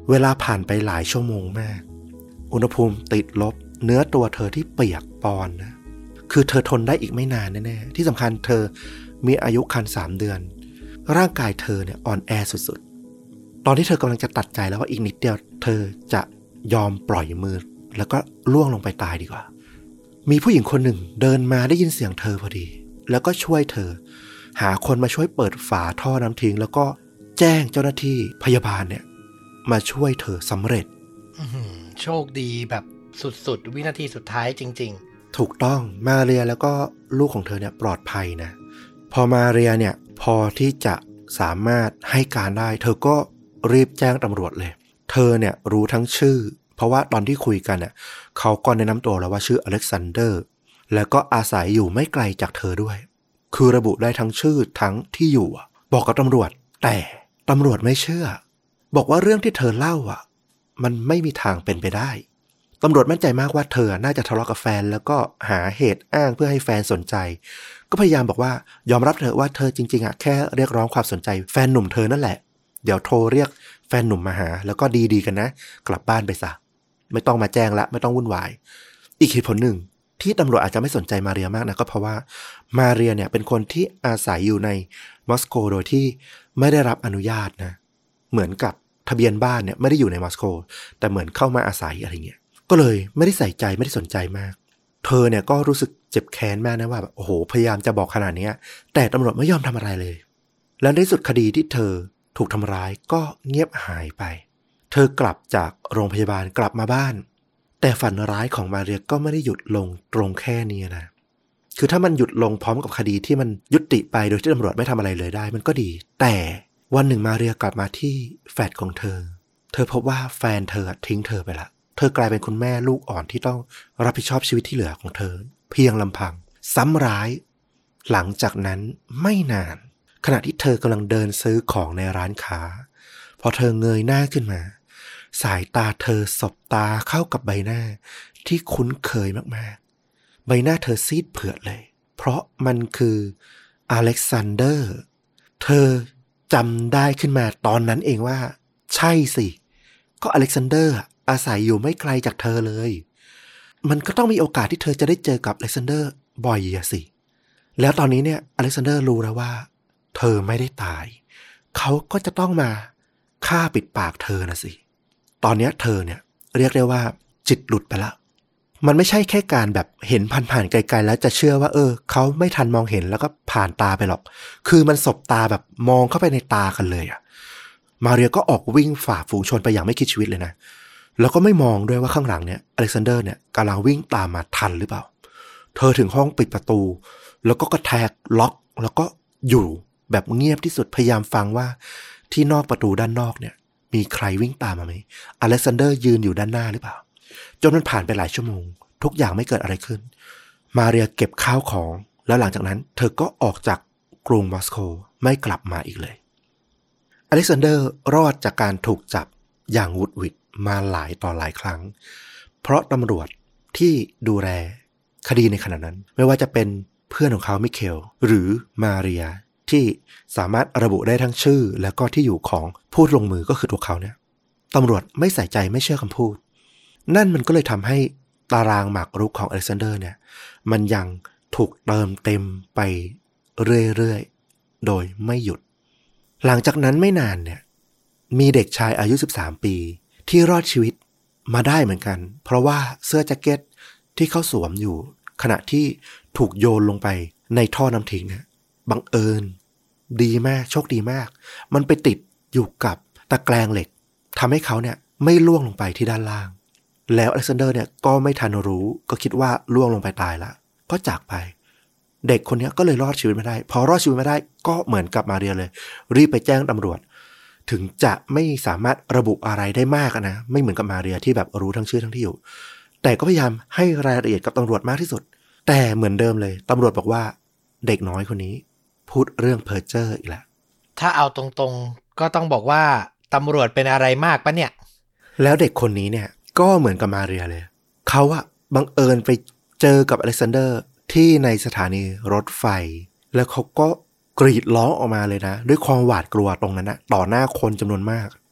เวลาผ่านไปหลายชั่วโมงมากอุณหภูมิติดลบเนื้อตัวเธอที่เปียกปอนนะคือเธอทนได้อีกไม่นานแน่ๆที่สำคัญเธอมีอายุครรภ์สามเดือนร่างกายเธอเนี่ยอ่อนแอสุดๆตอนที่เธอกำลังจะตัดใจแล้วว่าอีกนิดเดียวเธอจะยอมปล่อยมือแล้วก็ล่วงลงไปตายดีกว่ามีผู้หญิงคนหนึ่งเดินมาได้ยินเสียงเธอพอดีแล้วก็ช่วยเธอหาคนมาช่วยเปิดฝาท่อน้ำทิ้งแล้วก็แจ้งเจ้าหน้าที่พยาบาลเนี่ยมาช่วยเธอสำเร็จโชคดีแบบสุดๆวินาทีสุดท้ายจริงๆถูกต้องมาเรียแล้วก็ลูกของเธอเนี่ยปลอดภัยนะพอมาเรียเนี่ยพอที่จะสามารถให้การได้เธอก็รีบแจ้งตำรวจเลยเธอเนี่ยรู้ทั้งชื่อเพราะว่าตอนที่คุยกันเนี่ยเขาก็แนะนำตัวแล้วว่าชื่ออเล็กซานเดอร์แล้วก็อาศัยอยู่ไม่ไกลจากเธอด้วยคือระบุได้ทั้งชื่อทั้งที่อยู่บอกกับตำรวจแต่ตำรวจไม่เชื่อบอกว่าเรื่องที่เธอเล่าอ่ะมันไม่มีทางเป็นไปได้ตำรวจมั่นใจมากว่าเธอน่าจะทะเลาะกับแฟนแล้วก็หาเหตุอ้างเพื่อให้แฟนสนใจก็พยายามบอกว่ายอมรับเถอะว่าเธอจริงๆอ่ะแค่เรียกร้องความสนใจแฟนหนุ่มเธอนั่นแหละเดี๋ยวโทรเรียกแฟนหนุ่มมาหาแล้วก็ดีๆกันนะกลับบ้านไปซะไม่ต้องมาแจ้งละไม่ต้องวุ่นวายอีกเหตุผลหนึ่งที่ตำรวจอาจจะไม่สนใจมาเรียมากนะก็เพราะว่ามาเรียเนี่ยเป็นคนที่อาศัยอยู่ในมอสโกโดยที่ไม่ได้รับอนุญาตนะเหมือนกับทะเบียนบ้านเนี่ยไม่ได้อยู่ในมอสโกแต่เหมือนเข้ามาอาศัยอะไรเงี้ยก็เลยไม่ได้ใส่ใจไม่ได้สนใจมากเธอเนี่ยก็รู้สึกเจ็บแค้นมากนะว่าแบบโอ้โหพยายามจะบอกขนาดนี้แต่ตำรวจไม่ยอมทำอะไรเลยและในสุดคดีที่เธอถูกทำร้ายก็เงียบหายไปเธอกลับจากโรงพยาบาลกลับมาบ้านแต่ฝันร้ายของมาเรียก็ไม่ได้หยุดลงตรงแค่นี้นะคือถ้ามันหยุดลงพร้อมกับคดีที่มันยุติไปโดยที่ตำรวจไม่ทำอะไรเลยได้มันก็ดีแต่วันหนึ่งมาเรียกลับมาที่แฟลตของเธอเธอพบว่าแฟนเธอทิ้งเธอไปละเธอกลายเป็นคุณแม่ลูกอ่อนที่ต้องรับผิดชอบชีวิตที่เหลือของเธอเพียงลำพังซ้ำร้ายหลังจากนั้นไม่นานขณะที่เธอกำลังเดินซื้อของในร้านค้าพอเธอเงยหน้าขึ้นมาสายตาเธอสบตาเข้ากับใบหน้าที่คุ้นเคยมากๆใบหน้าเธอซีดเผือดเลยเพราะมันคืออเล็กซานเดอร์เธอจำได้ขึ้นมาตอนนั้นเองว่าใช่สิก็อเล็กซานเดอร์อาศัยอยู่ไม่ไกลจากเธอเลยมันก็ต้องมีโอกาสที่เธอจะได้เจอกับอเล็กซานเดอร์บ่อยอะสิแล้วตอนนี้เนี่ยอเล็กซานเดอร์รู้แล้วว่าเธอไม่ได้ตายเขาก็จะต้องมาฆ่าปิดปากเธอนะสิตอนนี้เธอเนี่ยเรียกได้ว่าจิตหลุดไปละมันไม่ใช่แค่การแบบเห็นผ่านๆไกลๆแล้วจะเชื่อว่าเออเขาไม่ทันมองเห็นแล้วก็ผ่านตาไปหรอกคือมันสบตาแบบมองเข้าไปในตากันเลยอะมาเรียก็ออกวิ่งฝ่าฝูงชนไปอย่างไม่คิดชีวิตเลยนะแล้วก็ไม่มองด้วยว่าข้างหลังเนี่ยอเล็กซานเดอร์เนี่ยกำลังวิ่งตามมาทันหรือเปล่าเธอถึงห้องปิดประตูแล้วก็กระแทกล็อกแล้วก็อยู่แบบเงียบที่สุดพยายามฟังว่าที่นอกประตูด้านนอกเนี่ยมีใครวิ่งตามมาไหมอเล็กซานเดอร์ยืนอยู่ด้านหน้าหรือเปล่าจนมันผ่านไปหลายชั่วโมงทุกอย่างไม่เกิดอะไรขึ้นมาเรียเก็บข้าวของแล้วหลังจากนั้นเธอก็ออกจากกรุงมอสโกไม่กลับมาอีกเลยอเล็กซานเดอร์รอดจากการถูกจับอย่างหวุดหวิดมาหลายต่อหลายครั้งเพราะตำรวจที่ดูแลคดีในขณะนั้นไม่ว่าจะเป็นเพื่อนของเขามิเคลหรือมาเรียที่สามารถระบุได้ทั้งชื่อและก็ที่อยู่ของผู้ลงมือก็คือตัวเขาเนี่ยตำรวจไม่ใส่ใจไม่เชื่อคำพูดนั่นมันก็เลยทำให้ตารางหมากรุกของอเล็กซานเดอร์เนี่ยมันยังถูกเติมเต็มไปเรื่อยๆโดยไม่หยุดหลังจากนั้นไม่นานเนี่ยมีเด็กชายอายุสิบสามปีที่รอดชีวิตมาได้เหมือนกันเพราะว่าเสื้อแจ็คเก็ตที่เขาสวมอยู่ขณะที่ถูกโยนลงไปในท่อน้ำทิ้งเนี่ยบังเอิญดีมากโชคดีมากมันไปติดอยู่กับตะแกรงเหล็กทำให้เขาเนี่ยไม่ล่วงลงไปที่ด้านล่างแล้วอเล็กซานเดอร์เนี่ยก็ไม่ทันรู้ก็คิดว่าล่วงลงไปตายละก็จากไปเด็กคนนี้ก็เลยรอดชีวิตมาได้พอรอดชีวิตมาได้ก็เหมือนกับมาเรียเลยรีบไปแจ้งตำรวจถึงจะไม่สามารถระบุอะไรได้มากนะไม่เหมือนกับมาเรียที่แบบรู้ทั้งชื่อทั้งที่อยู่แต่ก็พยายามให้รายละเอียดกับตำรวจมากที่สุดแต่เหมือนเดิมเลยตำรวจบอกว่าเด็กน้อยคนนี้พูดเรื่องเพ้อเจ้ออีกแล้วถ้าเอาตรงๆก็ต้องบอกว่าตำรวจเป็นอะไรมากปะเนี่ยแล้วเด็กคนนี้เนี่ยก็เหมือนกับมาเรียเลยเขาอะบังเอิญไปเจอกับอเล็กซานเดอร์ที่ในสถานีรถไฟแล้วเขาก็กรีดร้องออกมาเลยนะด้วยความหวาดกลัวตรงนั้นนะต่อหน้าคนจำนวนมาก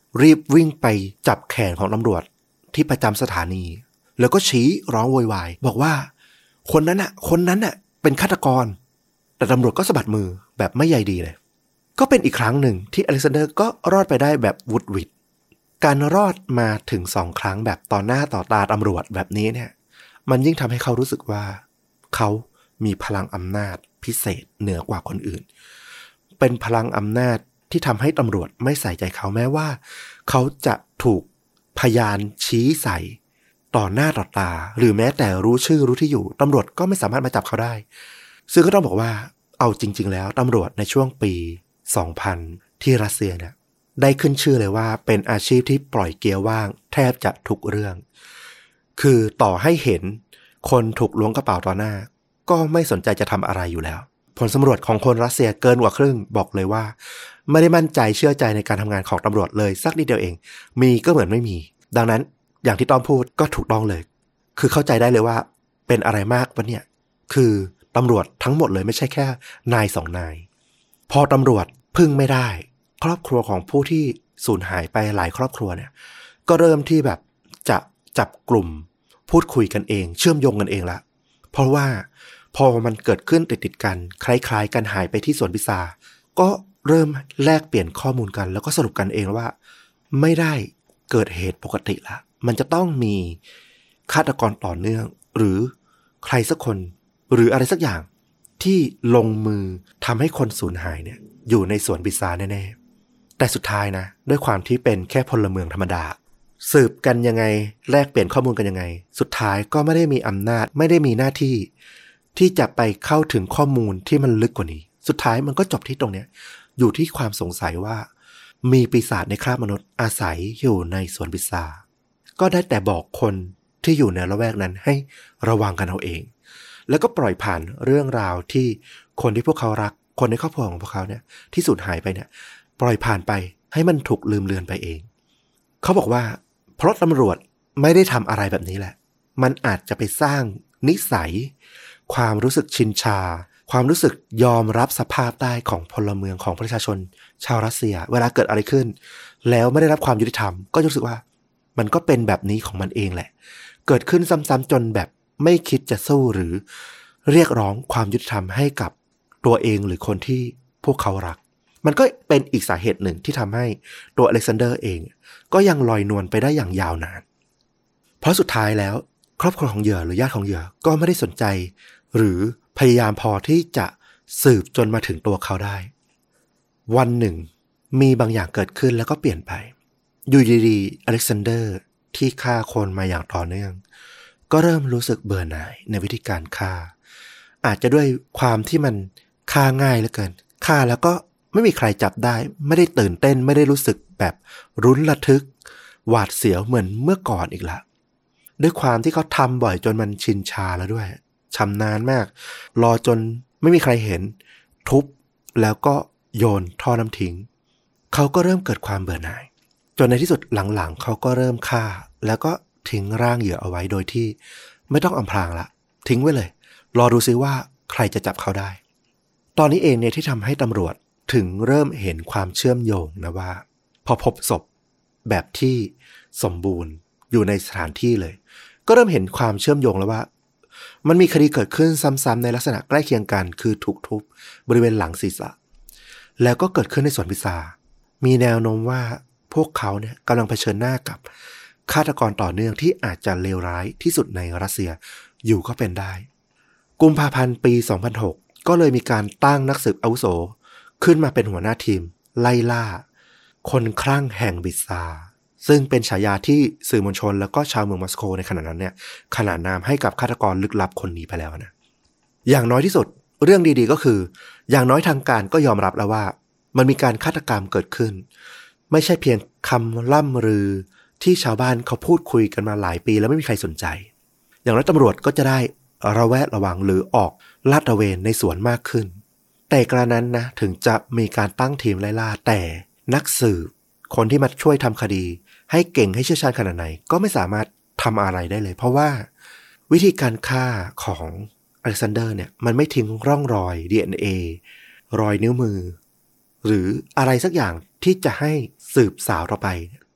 รีบวิ่งไปจับแขนของตำรวจที่ประจำสถานีแล้วก็ชี้ร้องโวยวายบอกว่าคนนั้นน่ะคนนั้นน่ะเป็นฆาตกรแต่ตำรวจก็สะบัดมือแบบไม่ใยดีเลยก็เป็นอีกครั้งหนึ่งที่อเล็กซานเดอร์ก็รอดไปได้แบบวุดวิดการรอดมาถึงสองครั้งแบบต่อหน้าต่อตาตำรวจแบบนี้เนี่ยมันยิ่งทำให้เขารู้สึกว่าเขามีพลังอำนาจพิเศษเหนือกว่าคนอื่นเป็นพลังอำนาจที่ทำให้ตำรวจไม่ใส่ใจเขาแม้ว่าเขาจะถูกพยานชี้ใส่ต่อหน้าต่อตาหรือแม้แต่รู้ชื่อรู้ที่อยู่ตำรวจก็ไม่สามารถมาจับเขาได้ซึ่งก็ต้องบอกว่าเอาจริงๆแล้วตำรวจในช่วงปีสองพันที่รัสเซียเนี่ยได้ขึ้นชื่อเลยว่าเป็นอาชีพที่ปล่อยเกียร์ว่างแทบจะทุกเรื่องคือต่อให้เห็นคนถูกล้วงกระเป๋าต่อหน้าก็ไม่สนใจจะทำอะไรอยู่แล้วผลสำรวจของคนรัสเซียเกินกว่าครึ่งบอกเลยว่าไม่ได้มั่นใจเชื่อใจในการทำงานของตำรวจเลยสักนิดเดียวเองมีก็เหมือนไม่มีดังนั้นอย่างที่ต้อมพูดก็ถูกต้องเลยคือเข้าใจได้เลยว่าเป็นอะไรมากวะเนี่ยคือตำรวจทั้งหมดเลยไม่ใช่แค่นายสองนายพอตำรวจพึ่งไม่ได้ครอบครัวของผู้ที่สูญหายไปหลายครอบครัวเนี่ยก็เริ่มที่แบบจะจับกลุ่มพูดคุยกันเองเชื่อมโยงกันเองละเพราะว่าพอมันเกิดขึ้นติดๆกันคล้ายๆกันหายไปที่สวนพิซาก็เริ่มแลกเปลี่ยนข้อมูลกันแล้วก็สรุปกันเองว่าไม่ได้เกิดเหตุปกติละมันจะต้องมีฆาตกรต่อเนื่องหรือใครสักคนหรืออะไรสักอย่างที่ลงมือทำให้คนสูญหายเนี่ยอยู่ในสวนพิซาแน่ๆแต่สุดท้ายนะด้วยความที่เป็นแค่พลเมืองธรรมดาสืบกันยังไงแลกเปลี่ยนข้อมูลกันยังไงสุดท้ายก็ไม่ได้มีอำนาจไม่ได้มีหน้าที่ที่จะไปเข้าถึงข้อมูลที่มันลึกกว่านี้สุดท้ายมันก็จบที่ตรงเนี้ยอยู่ที่ความสงสัยว่ามีปีศาจในคราบมนุษย์อาศัยอยู่ในสวนพิซาก็ได้แต่บอกคนที่อยู่ในละแวกนั้นให้ระวังกันเอาเองแล้วก็ปล่อยผ่านเรื่องราวที่คนที่พวกเขารักคนในครอบครัวของพวกเขาเนี่ยที่สูญหายไปเนี่ยปล่อยผ่านไปให้มันถูกลืมเลือนไปเองเขาบอกว่าเพราะตำรวจไม่ได้ทำอะไรแบบนี้แหละมันอาจจะไปสร้างนิสัยความรู้สึกชินชาความรู้สึกยอมรับสภาพได้ของพลเมืองของประชาชนชาวรัสเซียเวลาเกิดอะไรขึ้นแล้วไม่ได้รับความยุติธรรมก็รู้สึกว่ามันก็เป็นแบบนี้ของมันเองแหละเกิดขึ้นซ้ำๆจนแบบไม่คิดจะสู้หรือเรียกร้องความยุติธรรมให้กับตัวเองหรือคนที่พวกเขารักมันก็เป็นอีกสาเหตุหนึ่งที่ทำให้ตัวอเล็กซานเดอร์เองก็ยังลอยนวลไปได้อย่างยาวนานเพราะสุดท้ายแล้วครอบครัวของเหยื่อหรือญาติของเหยื่อก็ไม่ได้สนใจหรือพยายามพอที่จะสืบจนมาถึงตัวเขาได้วันหนึ่งมีบางอย่างเกิดขึ้นแล้วก็เปลี่ยนไปอยู่ดีๆอเล็กซานเดอร์ที่ฆ่าคนมาอย่างต่อเนื่องก็เริ่มรู้สึกเบื่อหน่ายในวิธีการฆ่าอาจจะด้วยความที่มันฆ่าง่ายเหลือเกินฆ่าแล้วก็ไม่มีใครจับได้ไม่ได้ตื่นเต้นไม่ได้รู้สึกแบบรุนระทึกหวาดเสียวเหมือนเมื่อก่อนอีกละด้วยความที่เขาทำบ่อยจนมันชินชาแล้วด้วยชำนาญมากรอจนไม่มีใครเห็นทุบแล้วก็โยนท่อน้ำทิ้งเขาก็เริ่มเกิดความเบื่อหน่ายจนในที่สุดหลังๆเขาก็เริ่มฆ่าแล้วก็ทิ้งร่างเหยื่อเอาไว้โดยที่ไม่ต้องอำพรางละทิ้งไว้เลยรอดูซิว่าใครจะจับเขาได้ตอนนี้เองเนี่ยที่ทำให้ตำรวจถึงเริ่มเห็นความเชื่อมโยงนะว่าพอพบศพแบบที่สมบูรณ์อยู่ในสถานที่เลยก็เริ่มเห็นความเชื่อมโยงแล้วว่ามันมีคดีเกิดขึ้นซ้ำๆในลักษณะใกล้เคียงกันคือถูกทุบบริเวณหลังศีรษะแล้วก็เกิดขึ้นในสวนพิซามีแนวโน้มว่าพวกเขาเนี่ยกำลังเผชิญหน้ากับฆาตกรต่อเนื่องที่อาจจะเลวร้ายที่สุดในรัสเซียอยู่ก็เป็นได้กุมภาพันธ์ปีสองพันหกก็เลยมีการตั้งนักสืบอาวุโสขึ้นมาเป็นหัวหน้าทีมไล่ล่าคนคลั่งแห่งบิซาซึ่งเป็นฉายาที่สื่อมวลชนแล้วก็ชาวเมืองมอสโกในขณะนั้นเนี่ยขนานนามให้กับฆาตกรลึกลับคนนี้ไปแล้วนะอย่างน้อยที่สุดเรื่องดีๆก็คืออย่างน้อยทางการก็ยอมรับแล้วว่ามันมีการฆาตกรรมเกิดขึ้นไม่ใช่เพียงคำล่ำลือที่ชาวบ้านเขาพูดคุยกันมาหลายปีแล้วไม่มีใครสนใจอย่างน้อยตำรวจก็จะได้ระแวดระวังหรือออกลาดตระเวนในสวนมากขึ้นแต่กระนั้นนะถึงจะมีการตั้งทีมไล่ล่าแต่นักสืบคนที่มาช่วยทำคดีให้เก่งให้เชี่ยวชาญขนาดไหนก็ไม่สามารถทำอะไรได้เลยเพราะว่าวิธีการฆ่าของอเล็กซานเดอร์เนี่ยมันไม่ทิ้งร่องรอย ดี เอ็น เอ รอยนิ้วมือหรืออะไรสักอย่างที่จะให้สืบสาวต่อไป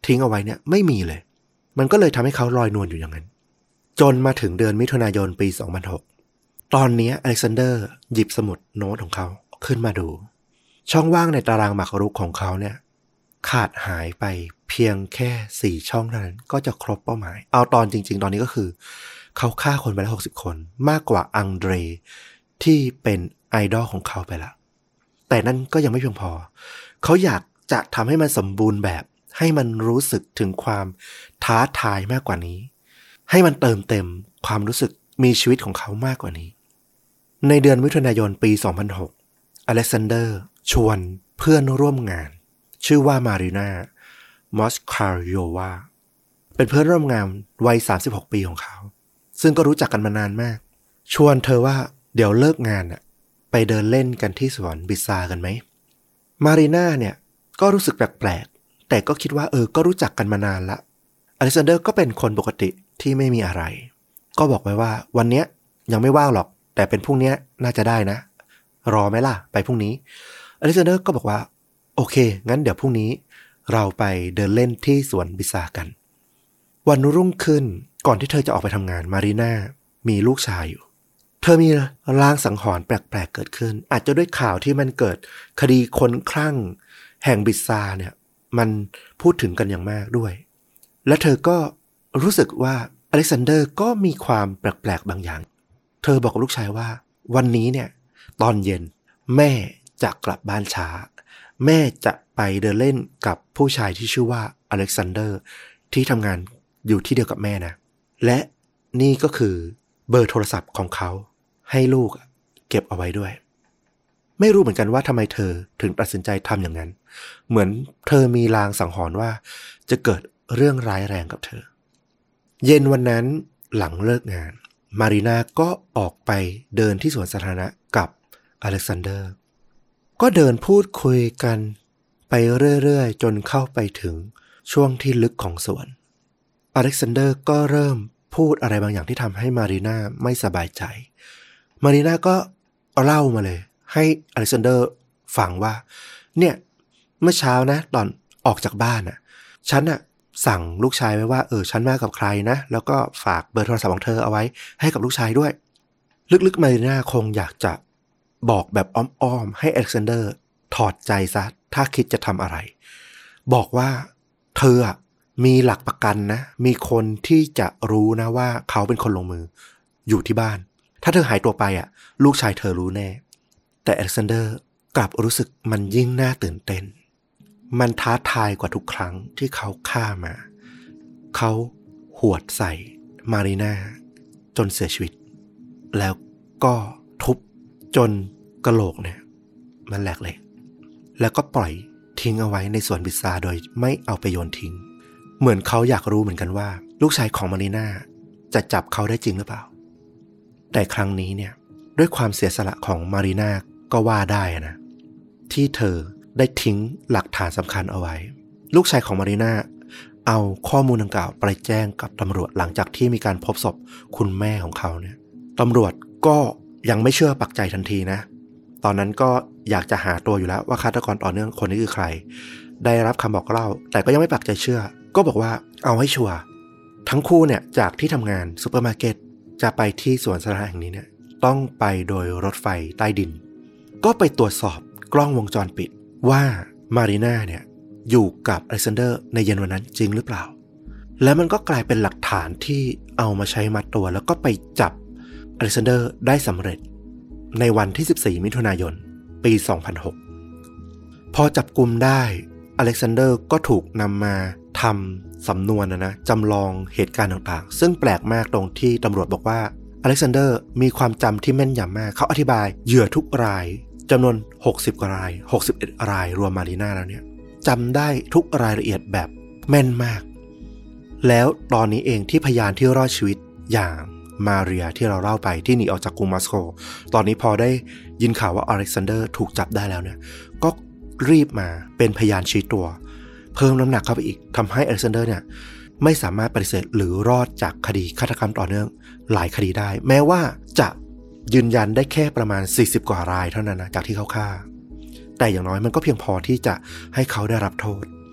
ทิ้งเอาไว้เนี่ยไม่มีเลยมันก็เลยทำให้เขาลอยนวลอยู่อย่างนั้นจนมาถึงเดือนมิถุนายนปีสองพันหกตอนนี้อเล็กซานเดอร์หยิบสมุดโน้ตของเขาขึ้นมาดูช่องว่างในตารางหมากรุกของเขาเนี่ยขาดหายไปเพียงแค่สี่ช่องเท่านั้นก็จะครบเป้าหมายเอาตอนจริงๆตอนนี้ก็คือเขาฆ่าคนไปแล้วหกสิบคนมากกว่าอังเดรที่เป็นไอดอลของเขาไปละแต่นั่นก็ยังไม่เพียงพอเขาอยากจะทำให้มันสมบูรณ์แบบให้มันรู้สึกถึงความท้าทายมากกว่านี้ให้มันเติมเต็มความรู้สึกมีชีวิตของเขามากกว่านี้ในเดือนมิถุนายนปีสองพันหกอเล็กซานเดอร์ชวนเพื่อนร่วมงานชื่อว่ามารีนามอสคาริโยวาเป็นเพื่อนร่วมงานวัยสามสิบหกปีของเขาซึ่งก็รู้จักกันมานานมากชวนเธอว่าเดี๋ยวเลิกงานน่ะไปเดินเล่นกันที่สวนบิซากันไหมมารีนาเนี่ยก็รู้สึกแปลกๆแต่ก็คิดว่าเออก็รู้จักกันมานานละอเล็กซานเดอร์ก็เป็นคนปกติที่ไม่มีอะไรก็บอกไว้ว่าวันเนี้ยยังไม่ว่างหรอกแต่เป็นพรุ่งนี้น่าจะได้นะรอไหมล่ะไปพรุ่งนี้อเล็กซานเดอร์ก็บอกว่าโอเคงั้นเดี๋ยวพรุ่งนี้เราไปเดินเล่นที่สวนบิซากันวันรุ่งขึ้นก่อนที่เธอจะออกไปทำงานมารีนามีลูกชายอยู่เธอมีลางสังหรณ์แปลกๆเกิดขึ้นอาจจะด้วยข่าวที่มันเกิดคดีคนคลั่งแห่งบิซาเนี่ยมันพูดถึงกันอย่างมากด้วยและเธอก็รู้สึกว่าอเล็กซานเดอร์ก็มีความแปลกๆบางอย่างเธอบอกกับลูกชายว่าวันนี้เนี่ยตอนเย็นแม่จะกลับบ้านช้าแม่จะไปเดินเล่นกับผู้ชายที่ชื่อว่าอเล็กซานเดอร์ที่ทำงานอยู่ที่เดียวกับแม่นะและนี่ก็คือเบอร์โทรศัพท์ของเขาให้ลูกเก็บเอาไว้ด้วยไม่รู้เหมือนกันว่าทำไมเธอถึงตัดสินใจทำอย่างนั้นเหมือนเธอมีลางสังหรณ์ว่าจะเกิดเรื่องร้ายแรงกับเธอเย็นวันนั้นหลังเลิกงานมารีนาก็ออกไปเดินที่สวนสาธารณะกับอเล็กซานเดอร์ก็เดินพูดคุยกันไปเรื่อยๆจนเข้าไปถึงช่วงที่ลึกของสวนอเล็กซานเดอร์ก็เริ่มพูดอะไรบางอย่างที่ทำให้มารีนาไม่สบายใจมารีนาก็เล่ามาเลยให้อเล็กซานเดอร์ฟังว่าเนี่ยเมื่อเช้านะตอนออกจากบ้านน่ะฉันน่ะสั่งลูกชายไว้ว่าเออฉันมากับใครนะแล้วก็ฝากเบอร์โทรศัพท์ของเธอเอาไว้ให้กับลูกชายด้วยลึกๆมารีนาคงอยากจะบอกแบบอ้อมๆให้อเล็กซานเดอร์ถอดใจซะถ้าคิดจะทำอะไรบอกว่าเธออ่ะมีหลักประกันนะมีคนที่จะรู้นะว่าเขาเป็นคนลงมืออยู่ที่บ้านถ้าเธอหายตัวไปอ่ะลูกชายเธอรู้แน่แต่อเล็กซานเดอร์กลับรู้สึกมันยิ่งน่าตื่นเต้นมันท้าทายกว่าทุกครั้งที่เขาฆ่ามาเขาหวดใส่มารีนาจนเสียชีวิตแล้วก็ทุบจนกะโหลกเนี่ยมันแหลกเลยแล้วก็ปล่อยทิ้งเอาไว้ในสวนบิซาโดยไม่เอาไปโยนทิ้งเหมือนเขาอยากรู้เหมือนกันว่าลูกชายของมารีนาจะจับเขาได้จริงหรือเปล่าแต่ครั้งนี้เนี่ยด้วยความเสียสละของมารีนาก็ว่าได้นะที่เธอได้ทิ้งหลักฐานสำคัญเอาไว้ลูกชายของมารีนาเอาข้อมูลดังกล่าวไปแจ้งกับตำรวจหลังจากที่มีการพบศพคุณแม่ของเขาเนี่ยตำรวจก็ยังไม่เชื่อปักใจทันทีนะตอนนั้นก็อยากจะหาตัวอยู่แล้วว่าฆาตกรต่อเนื่องคนนี้คือใครได้รับคำบอกเล่าแต่ก็ยังไม่ปักใจเชื่อก็บอกว่าเอาให้ชัวร์ทั้งคู่เนี่ยจากที่ทำงานซูเปอร์มาร์เก็ตจะไปที่สวนสาธารณะแห่งนี้เนี่ยต้องไปโดยรถไฟใต้ดินก็ไปตรวจสอบกล้องวงจรปิดว่ามารีนาเนี่ยอยู่กับอเล็กซานเดอร์ในเย็นวันนั้นจริงหรือเปล่าแล้วมันก็กลายเป็นหลักฐานที่เอามาใช้มัดตัวแล้วก็ไปจับอเล็กซานเดอร์ได้สำเร็จในวันที่สิบสี่มิถุนายนปีสองพันหกพอจับกุมได้อเล็กซานเดอร์ก็ถูกนำมาทำสำนวนนะนะจำลองเหตุการณ์ต่างๆซึ่งแปลกมากตรงที่ตำรวจบอกว่าอเล็กซานเดอร์มีความจำที่แม่นยำมากเขาอธิบายเหยื่อทุกรายจำนวนหกสิบกว่ารายหกสิบเอ็ดรายรวมมารีนาแล้วเนี่ยจำได้ทุกรายละเอียดแบบแม่นมากแล้วตอนนี้เองที่พยานที่รอดชีวิตอย่างมาเรียที่เราเล่าไปที่หนีออกจากกรุงมอสโกตอนนี้พอได้ยินข่าวว่าอเล็กซานเดอร์ถูกจับได้แล้วเนี่ยก็รีบมาเป็นพยานชี้ตัวเพิ่มน้ำหนักเข้าไปอีกทำให้อเล็กซานเดอร์เนี่ยไม่สามารถปฏิเสธหรือรอดจากคดีฆาตกรรมต่อเนื่องหลายคดีได้แม้ว่าจะยืนยันได้แค่ประมาณสี่สิบกว่ารายเท่านั้นนะจากที่เขาฆ่าแต่อย่างน้อยมันก็เพียงพอที่จะให้เขาได้รับโทษ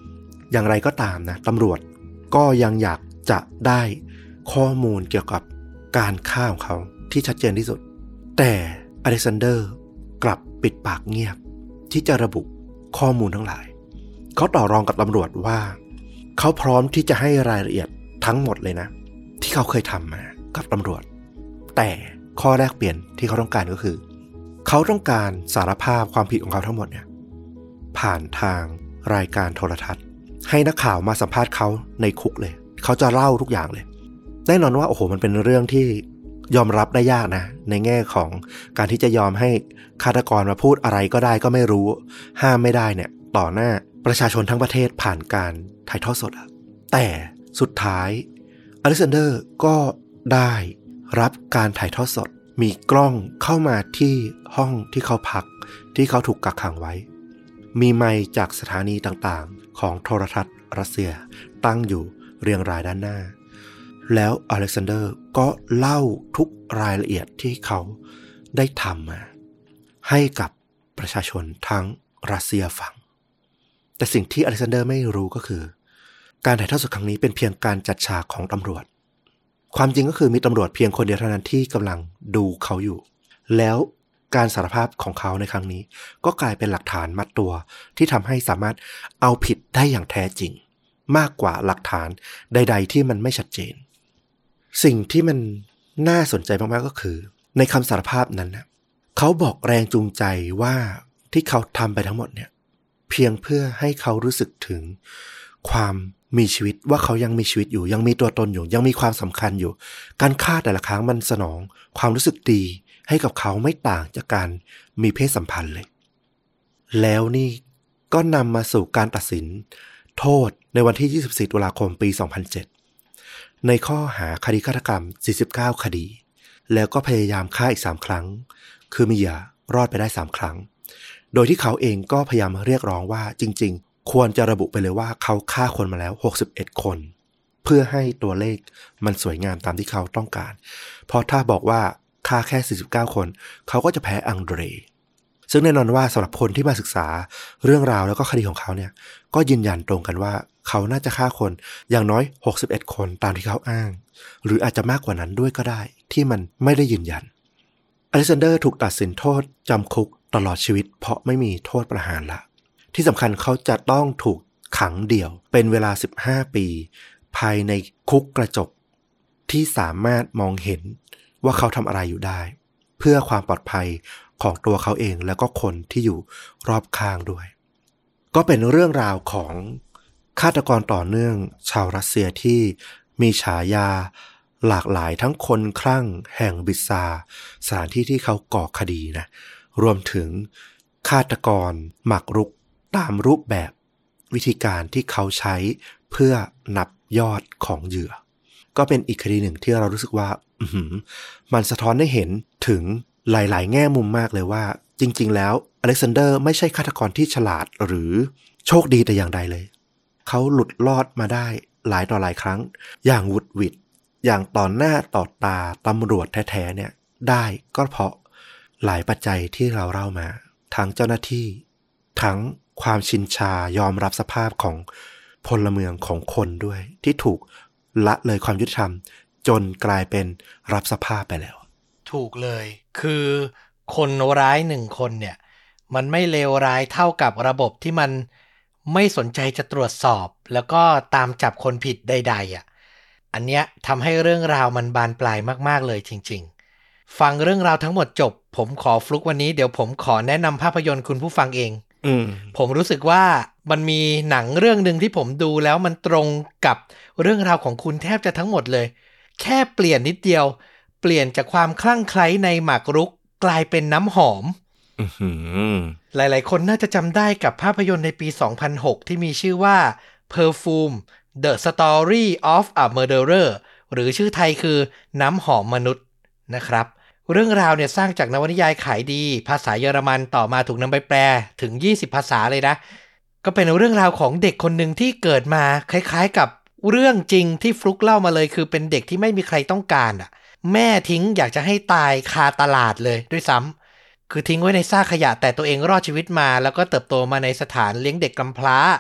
อย่างไรก็ตามนะตำรวจก็ยังอยากจะได้ข้อมูลเกี่ยวกับการฆ่าของเขาที่ชัดเจนที่สุดแต่อเล็กซานเดอร์กลับปิดปากเงียบที่จะระบุข้อมูลทั้งหลายเขาต่อรองกับตำรวจว่าเขาพร้อมที่จะให้รายละเอียดทั้งหมดเลยนะที่เขาเคยทำมากับตำรวจแต่ข้อแรกเปลี่ยนที่เขาต้องการก็คือเขาต้องการสารภาพความผิดของเขาทั้งหมดเนี่ยผ่านทางรายการโทรทัศน์ให้นักข่าวมาสัมภาษณ์เขาในคุกเลยเขาจะเล่าทุกอย่างเลยแน่นอนว่าโอ้โหมันเป็นเรื่องที่ยอมรับได้ยากนะในแง่ของการที่จะยอมให้ฆาตกรมาพูดอะไรก็ได้ก็ไม่รู้ห้ามไม่ได้เนี่ยต่อหน้าประชาชนทั้งประเทศผ่านการถ่ายทอดสดอะแต่สุดท้ายอเล็กซานเดอร์ก็ได้รับการถ่ายทอดสดมีกล้องเข้ามาที่ห้องที่เขาพักที่เขาถูกกักขังไว้มีไมค์จากสถานีต่างๆของโทรทัศน์รัสเซียตั้งอยู่เรียงรายด้านหน้าแล้วอเล็กซานเดอร์ก็เล่าทุกรายละเอียดที่เขาได้ทำมาให้กับประชาชนทั้งรัสเซียฟังแต่สิ่งที่อเล็กซานเดอร์ไม่รู้ก็คือการถ่ายทอดสดครั้งนี้เป็นเพียงการจัดฉากของตำรวจความจริงก็คือมีตำรวจเพียงคนเดียวเท่านั้นที่กำลังดูเขาอยู่แล้วการสารภาพของเขาในครั้งนี้ก็กลายเป็นหลักฐานมัดตัวที่ทำให้สามารถเอาผิดได้อย่างแท้จริงมากกว่าหลักฐานใดๆที่มันไม่ชัดเจนสิ่งที่มันน่าสนใจมากๆก็คือในคำสารภาพนั้นนะเขาบอกแรงจูงใจว่าที่เขาทำไปทั้งหมดเนี่ยเพียงเพื่อให้เขารู้สึกถึงความมีชีวิตว่าเขายังมีชีวิตอยู่ยังมีตัวตนอยู่ยังมีความสำคัญอยู่การฆ่าแต่ละครั้งมันสนองความรู้สึกดีให้กับเขาไม่ต่างจากการมีเพศสัมพันธ์เลยแล้วนี่ก็นำมาสู่การตัดสินโทษในวันที่ยี่สิบสี่ตุลาคมปีสองพันเจ็ดในข้อหาคดีฆาตกรรมสี่สิบเก้าคดีแล้วก็พยายามฆ่าอีกสามครั้งคือมียารอดไปได้สามครั้งโดยที่เขาเองก็พยายามเรียกร้องว่าจริงๆควรจะระบุไปเลยว่าเขาฆ่าคนมาแล้วหกสิบเอ็ดคนเพื่อให้ตัวเลขมันสวยงามตามที่เขาต้องการเพราะถ้าบอกว่าฆ่าแค่สี่สิบเก้าคนเขาก็จะแพ้อังเดรซึ่งแน่นอนว่าสำหรับคนที่มาศึกษาเรื่องราวแล้วก็คดีของเขาเนี่ยก็ยืนยันตรงกันว่าเขาน่าจะฆ่าคนอย่างน้อยหกสิบเอ็ดคนตามที่เขาอ้างหรืออาจจะมากกว่านั้นด้วยก็ได้ที่มันไม่ได้ยืนยันอเล็กซานเดอร์ถูกตัดสินโทษจำคุกตลอดชีวิตเพราะไม่มีโทษประหารละที่สำคัญเขาจะต้องถูกขังเดี่ยวเป็นเวลาสิบห้าปีภายในคุกกระจกที่สามารถมองเห็นว่าเขาทำอะไรอยู่ได้เพื่อความปลอดภัยของตัวเขาเองแล้วก็คนที่อยู่รอบข้างด้วยก็เป็นเรื่องราวของฆาตกรต่อเนื่องชาวรัสเซียที่มีฉายาหลากหลายทั้งคนคลั่งแห่งบิซาสถานที่ที่เขาก่อคดีนะรวมถึงฆาตกรหมักรุกตามรูปแบบวิธีการที่เขาใช้เพื่อนับยอดของเหยื่อก็เป็นอีกคดีหนึ่งที่เรารู้สึกว่ามันสะท้อนให้เห็นถึงหลายๆแง่มุมมากเลยว่าจริงๆแล้วอเล็กซานเดอร์ไม่ใช่ฆาตกรที่ฉลาดหรือโชคดีแต่อย่างใดเลยเขาหลุดรอดมาได้หลายต่อหลายครั้งอย่างหวุดหวิดอย่างต่อหน้าต่อตาตำรวจแท้ๆเนี่ยได้ก็เพราะหลายปัจจัยที่เราเล่ามาทั้งเจ้าหน้าที่ทั้งความชินชายอมรับสภาพของพลเมืองของคนด้วยที่ถูกละเลยความยุติธรรมจนกลายเป็นรับสภาพไปแล้วถูกเลยคือคนร้ายหนึ่งคนเนี่ยมันไม่เลวร้ายเท่ากับระบบที่มันไม่สนใจจะตรวจสอบแล้วก็ตามจับคนผิดใดๆอ่ะอันเนี้ยทำให้เรื่องราวมันบานปลายมากๆเลยจริงๆฟังเรื่องราวทั้งหมดจบผมขอฟลุกวันนี้เดี๋ยวผมขอแนะนำภาพยนตร์คุณผู้ฟังเองอืมผมรู้สึกว่ามันมีหนังเรื่องนึงที่ผมดูแล้วมันตรงกับเรื่องราวของคุณแทบจะทั้งหมดเลยแค่เปลี่ยนนิดเดียวเปลี่ยนจากความคลั่งไคล้ในหมากรุกกลายเป็นน้ำหอมหลายๆคนน่าจะจำได้กับภาพยนตร์ในปีสองพันหกที่มีชื่อว่า Perfume The Story of a Murderer หรือชื่อไทยคือน้ำหอมมนุษย์นะครับเรื่องราวเนี่ยสร้างจากนวนิยายขายดีภาษาเยอรมันต่อมาถูกนำไปแปลถึงยี่สิบภาษาเลยนะก็เป็นเรื่องราวของเด็กคนหนึ่งที่เกิดมาคล้ายๆกับเรื่องจริงที่ฟลุกเล่ามาเลยคือเป็นเด็กที่ไม่มีใครต้องการอ่ะแม่ทิ้งอยากจะให้ตายคาตลาดเลยด้วยซ้ำคือทิ้งไว้ในซากขยะแต่ตัวเองรอดชีวิตมาแล้วก็เติบโตมาในสถานเลี้ยงเด็กกำพร้า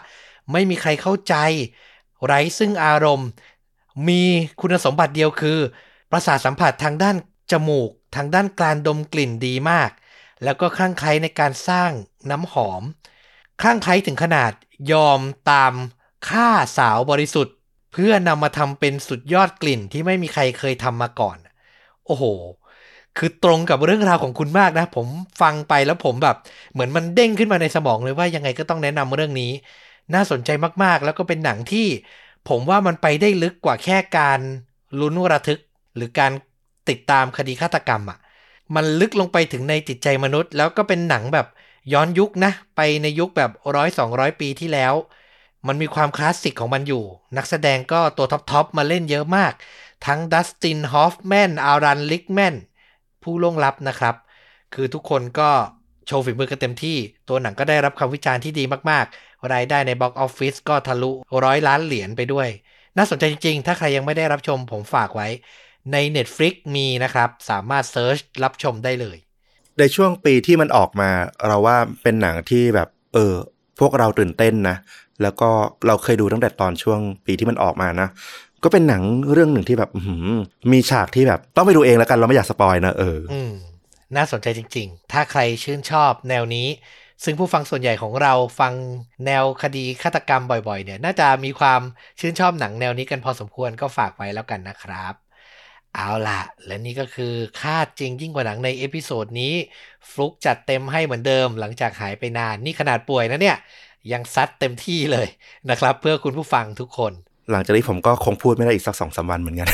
ไม่มีใครเข้าใจไร้ซึ่งอารมณ์มีคุณสมบัติเดียวคือประสาทสัมผัสทางด้านจมูกทางด้านการดมกลิ่นดีมากแล้วก็คลั่งไคล้ในการสร้างน้ำหอมคลั่งไคล้ถึงขนาดยอมตามฆ่าสาวบริสุทธิ์เพื่อนำมาทำเป็นสุดยอดกลิ่นที่ไม่มีใครเคยทำมาก่อนโอ้โหคือตรงกับเรื่องราวของคุณมากนะผมฟังไปแล้วผมแบบเหมือนมันเด้งขึ้นมาในสมองเลยว่ายังไงก็ต้องแนะนำเรื่องนี้น่าสนใจมากๆแล้วก็เป็นหนังที่ผมว่ามันไปได้ลึกกว่าแค่การลุ้นระทึกหรือการติดตามคดีฆาตกรรมอ่ะมันลึกลงไปถึงในจิตใจมนุษย์แล้วก็เป็นหนังแบบย้อนยุคนะไปในยุคแบบร้อยสองร้อยปีที่แล้วมันมีความคลาสสิกของมันอยู่นักแสดงก็ตัวท็อปๆมาเล่นเยอะมากทั้งดัสตินฮอฟแมนอารันลิกแมนผู้ล่วงลับนะครับคือทุกคนก็โชว์ฝีมือกันเต็มที่ตัวหนังก็ได้รับคำวิจารณ์ที่ดีมากๆรายได้ในบ็อกซ์ออฟฟิศก็ทะลุร้อยล้านเหรียญไปด้วยน่าสนใจจริงๆถ้าใครยังไม่ได้รับชมผมฝากไว้ใน Netflix มีนะครับสามารถเซิร์ชรับชมได้เลยในช่วงปีที่มันออกมาเราว่าเป็นหนังที่แบบเออพวกเราตื่นเต้นนะแล้วก็เราเคยดูตั้งแต่ตอนช่วงปีที่มันออกมานะก็เป็นหนังเรื่องหนึ่งที่แบบมีฉากที่แบบต้องไปดูเองแล้วกันเราไม่อยากสปอยนะเอออืมน่าสนใจจริงๆถ้าใครชื่นชอบแนวนี้ซึ่งผู้ฟังส่วนใหญ่ของเราฟังแนวคดีฆาตกรรมบ่อยๆเนี่ยน่าจะมีความชื่นชอบหนังแนวนี้กันพอสมควรก็ฝากไว้แล้วกันนะครับเอาล่ะและนี่ก็คือคาดจริงยิ่งกว่าหนังในเอพิโซดนี้ฟลุกจัดเต็มให้เหมือนเดิมหลังจากหายไปนานนี่ขนาดป่วยนะเนี่ยยังซัดเต็มที่เลยนะครับเพื่อคุณผู้ฟังทุกคนหลังจากนี้ผมก็คงพูดไม่ได้อีกสัก สองสาม วันเหมือนกัน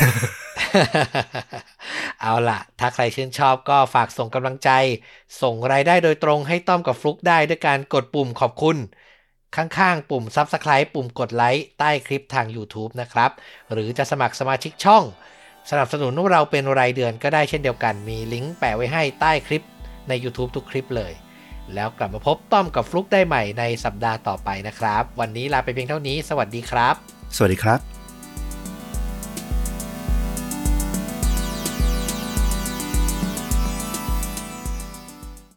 เอาล่ะถ้าใครชื่นชอบก็ฝากส่งกำลังใจส่งรายได้โดยตรงให้ต้อมกับฟลุกได้ด้วยการกดปุ่มขอบคุณข้างๆปุ่ม Subscribe ปุ่มกดไลค์ใต้คลิปทาง YouTube นะครับหรือจะสมัครสมาชิกช่องสนับสนุนพวกเราเป็นรายเดือนก็ได้เช่นเดียวกันมีลิงก์แปะไว้ให้ใต้คลิปใน YouTube ทุกคลิปเลยแล้วกลับมาพบต้อมกับฟลุกได้ใหม่ในสัปดาห์ต่อไปนะครับวันนี้ลาไปเพียงเท่านี้สวัสดีครับสวัสดีครับ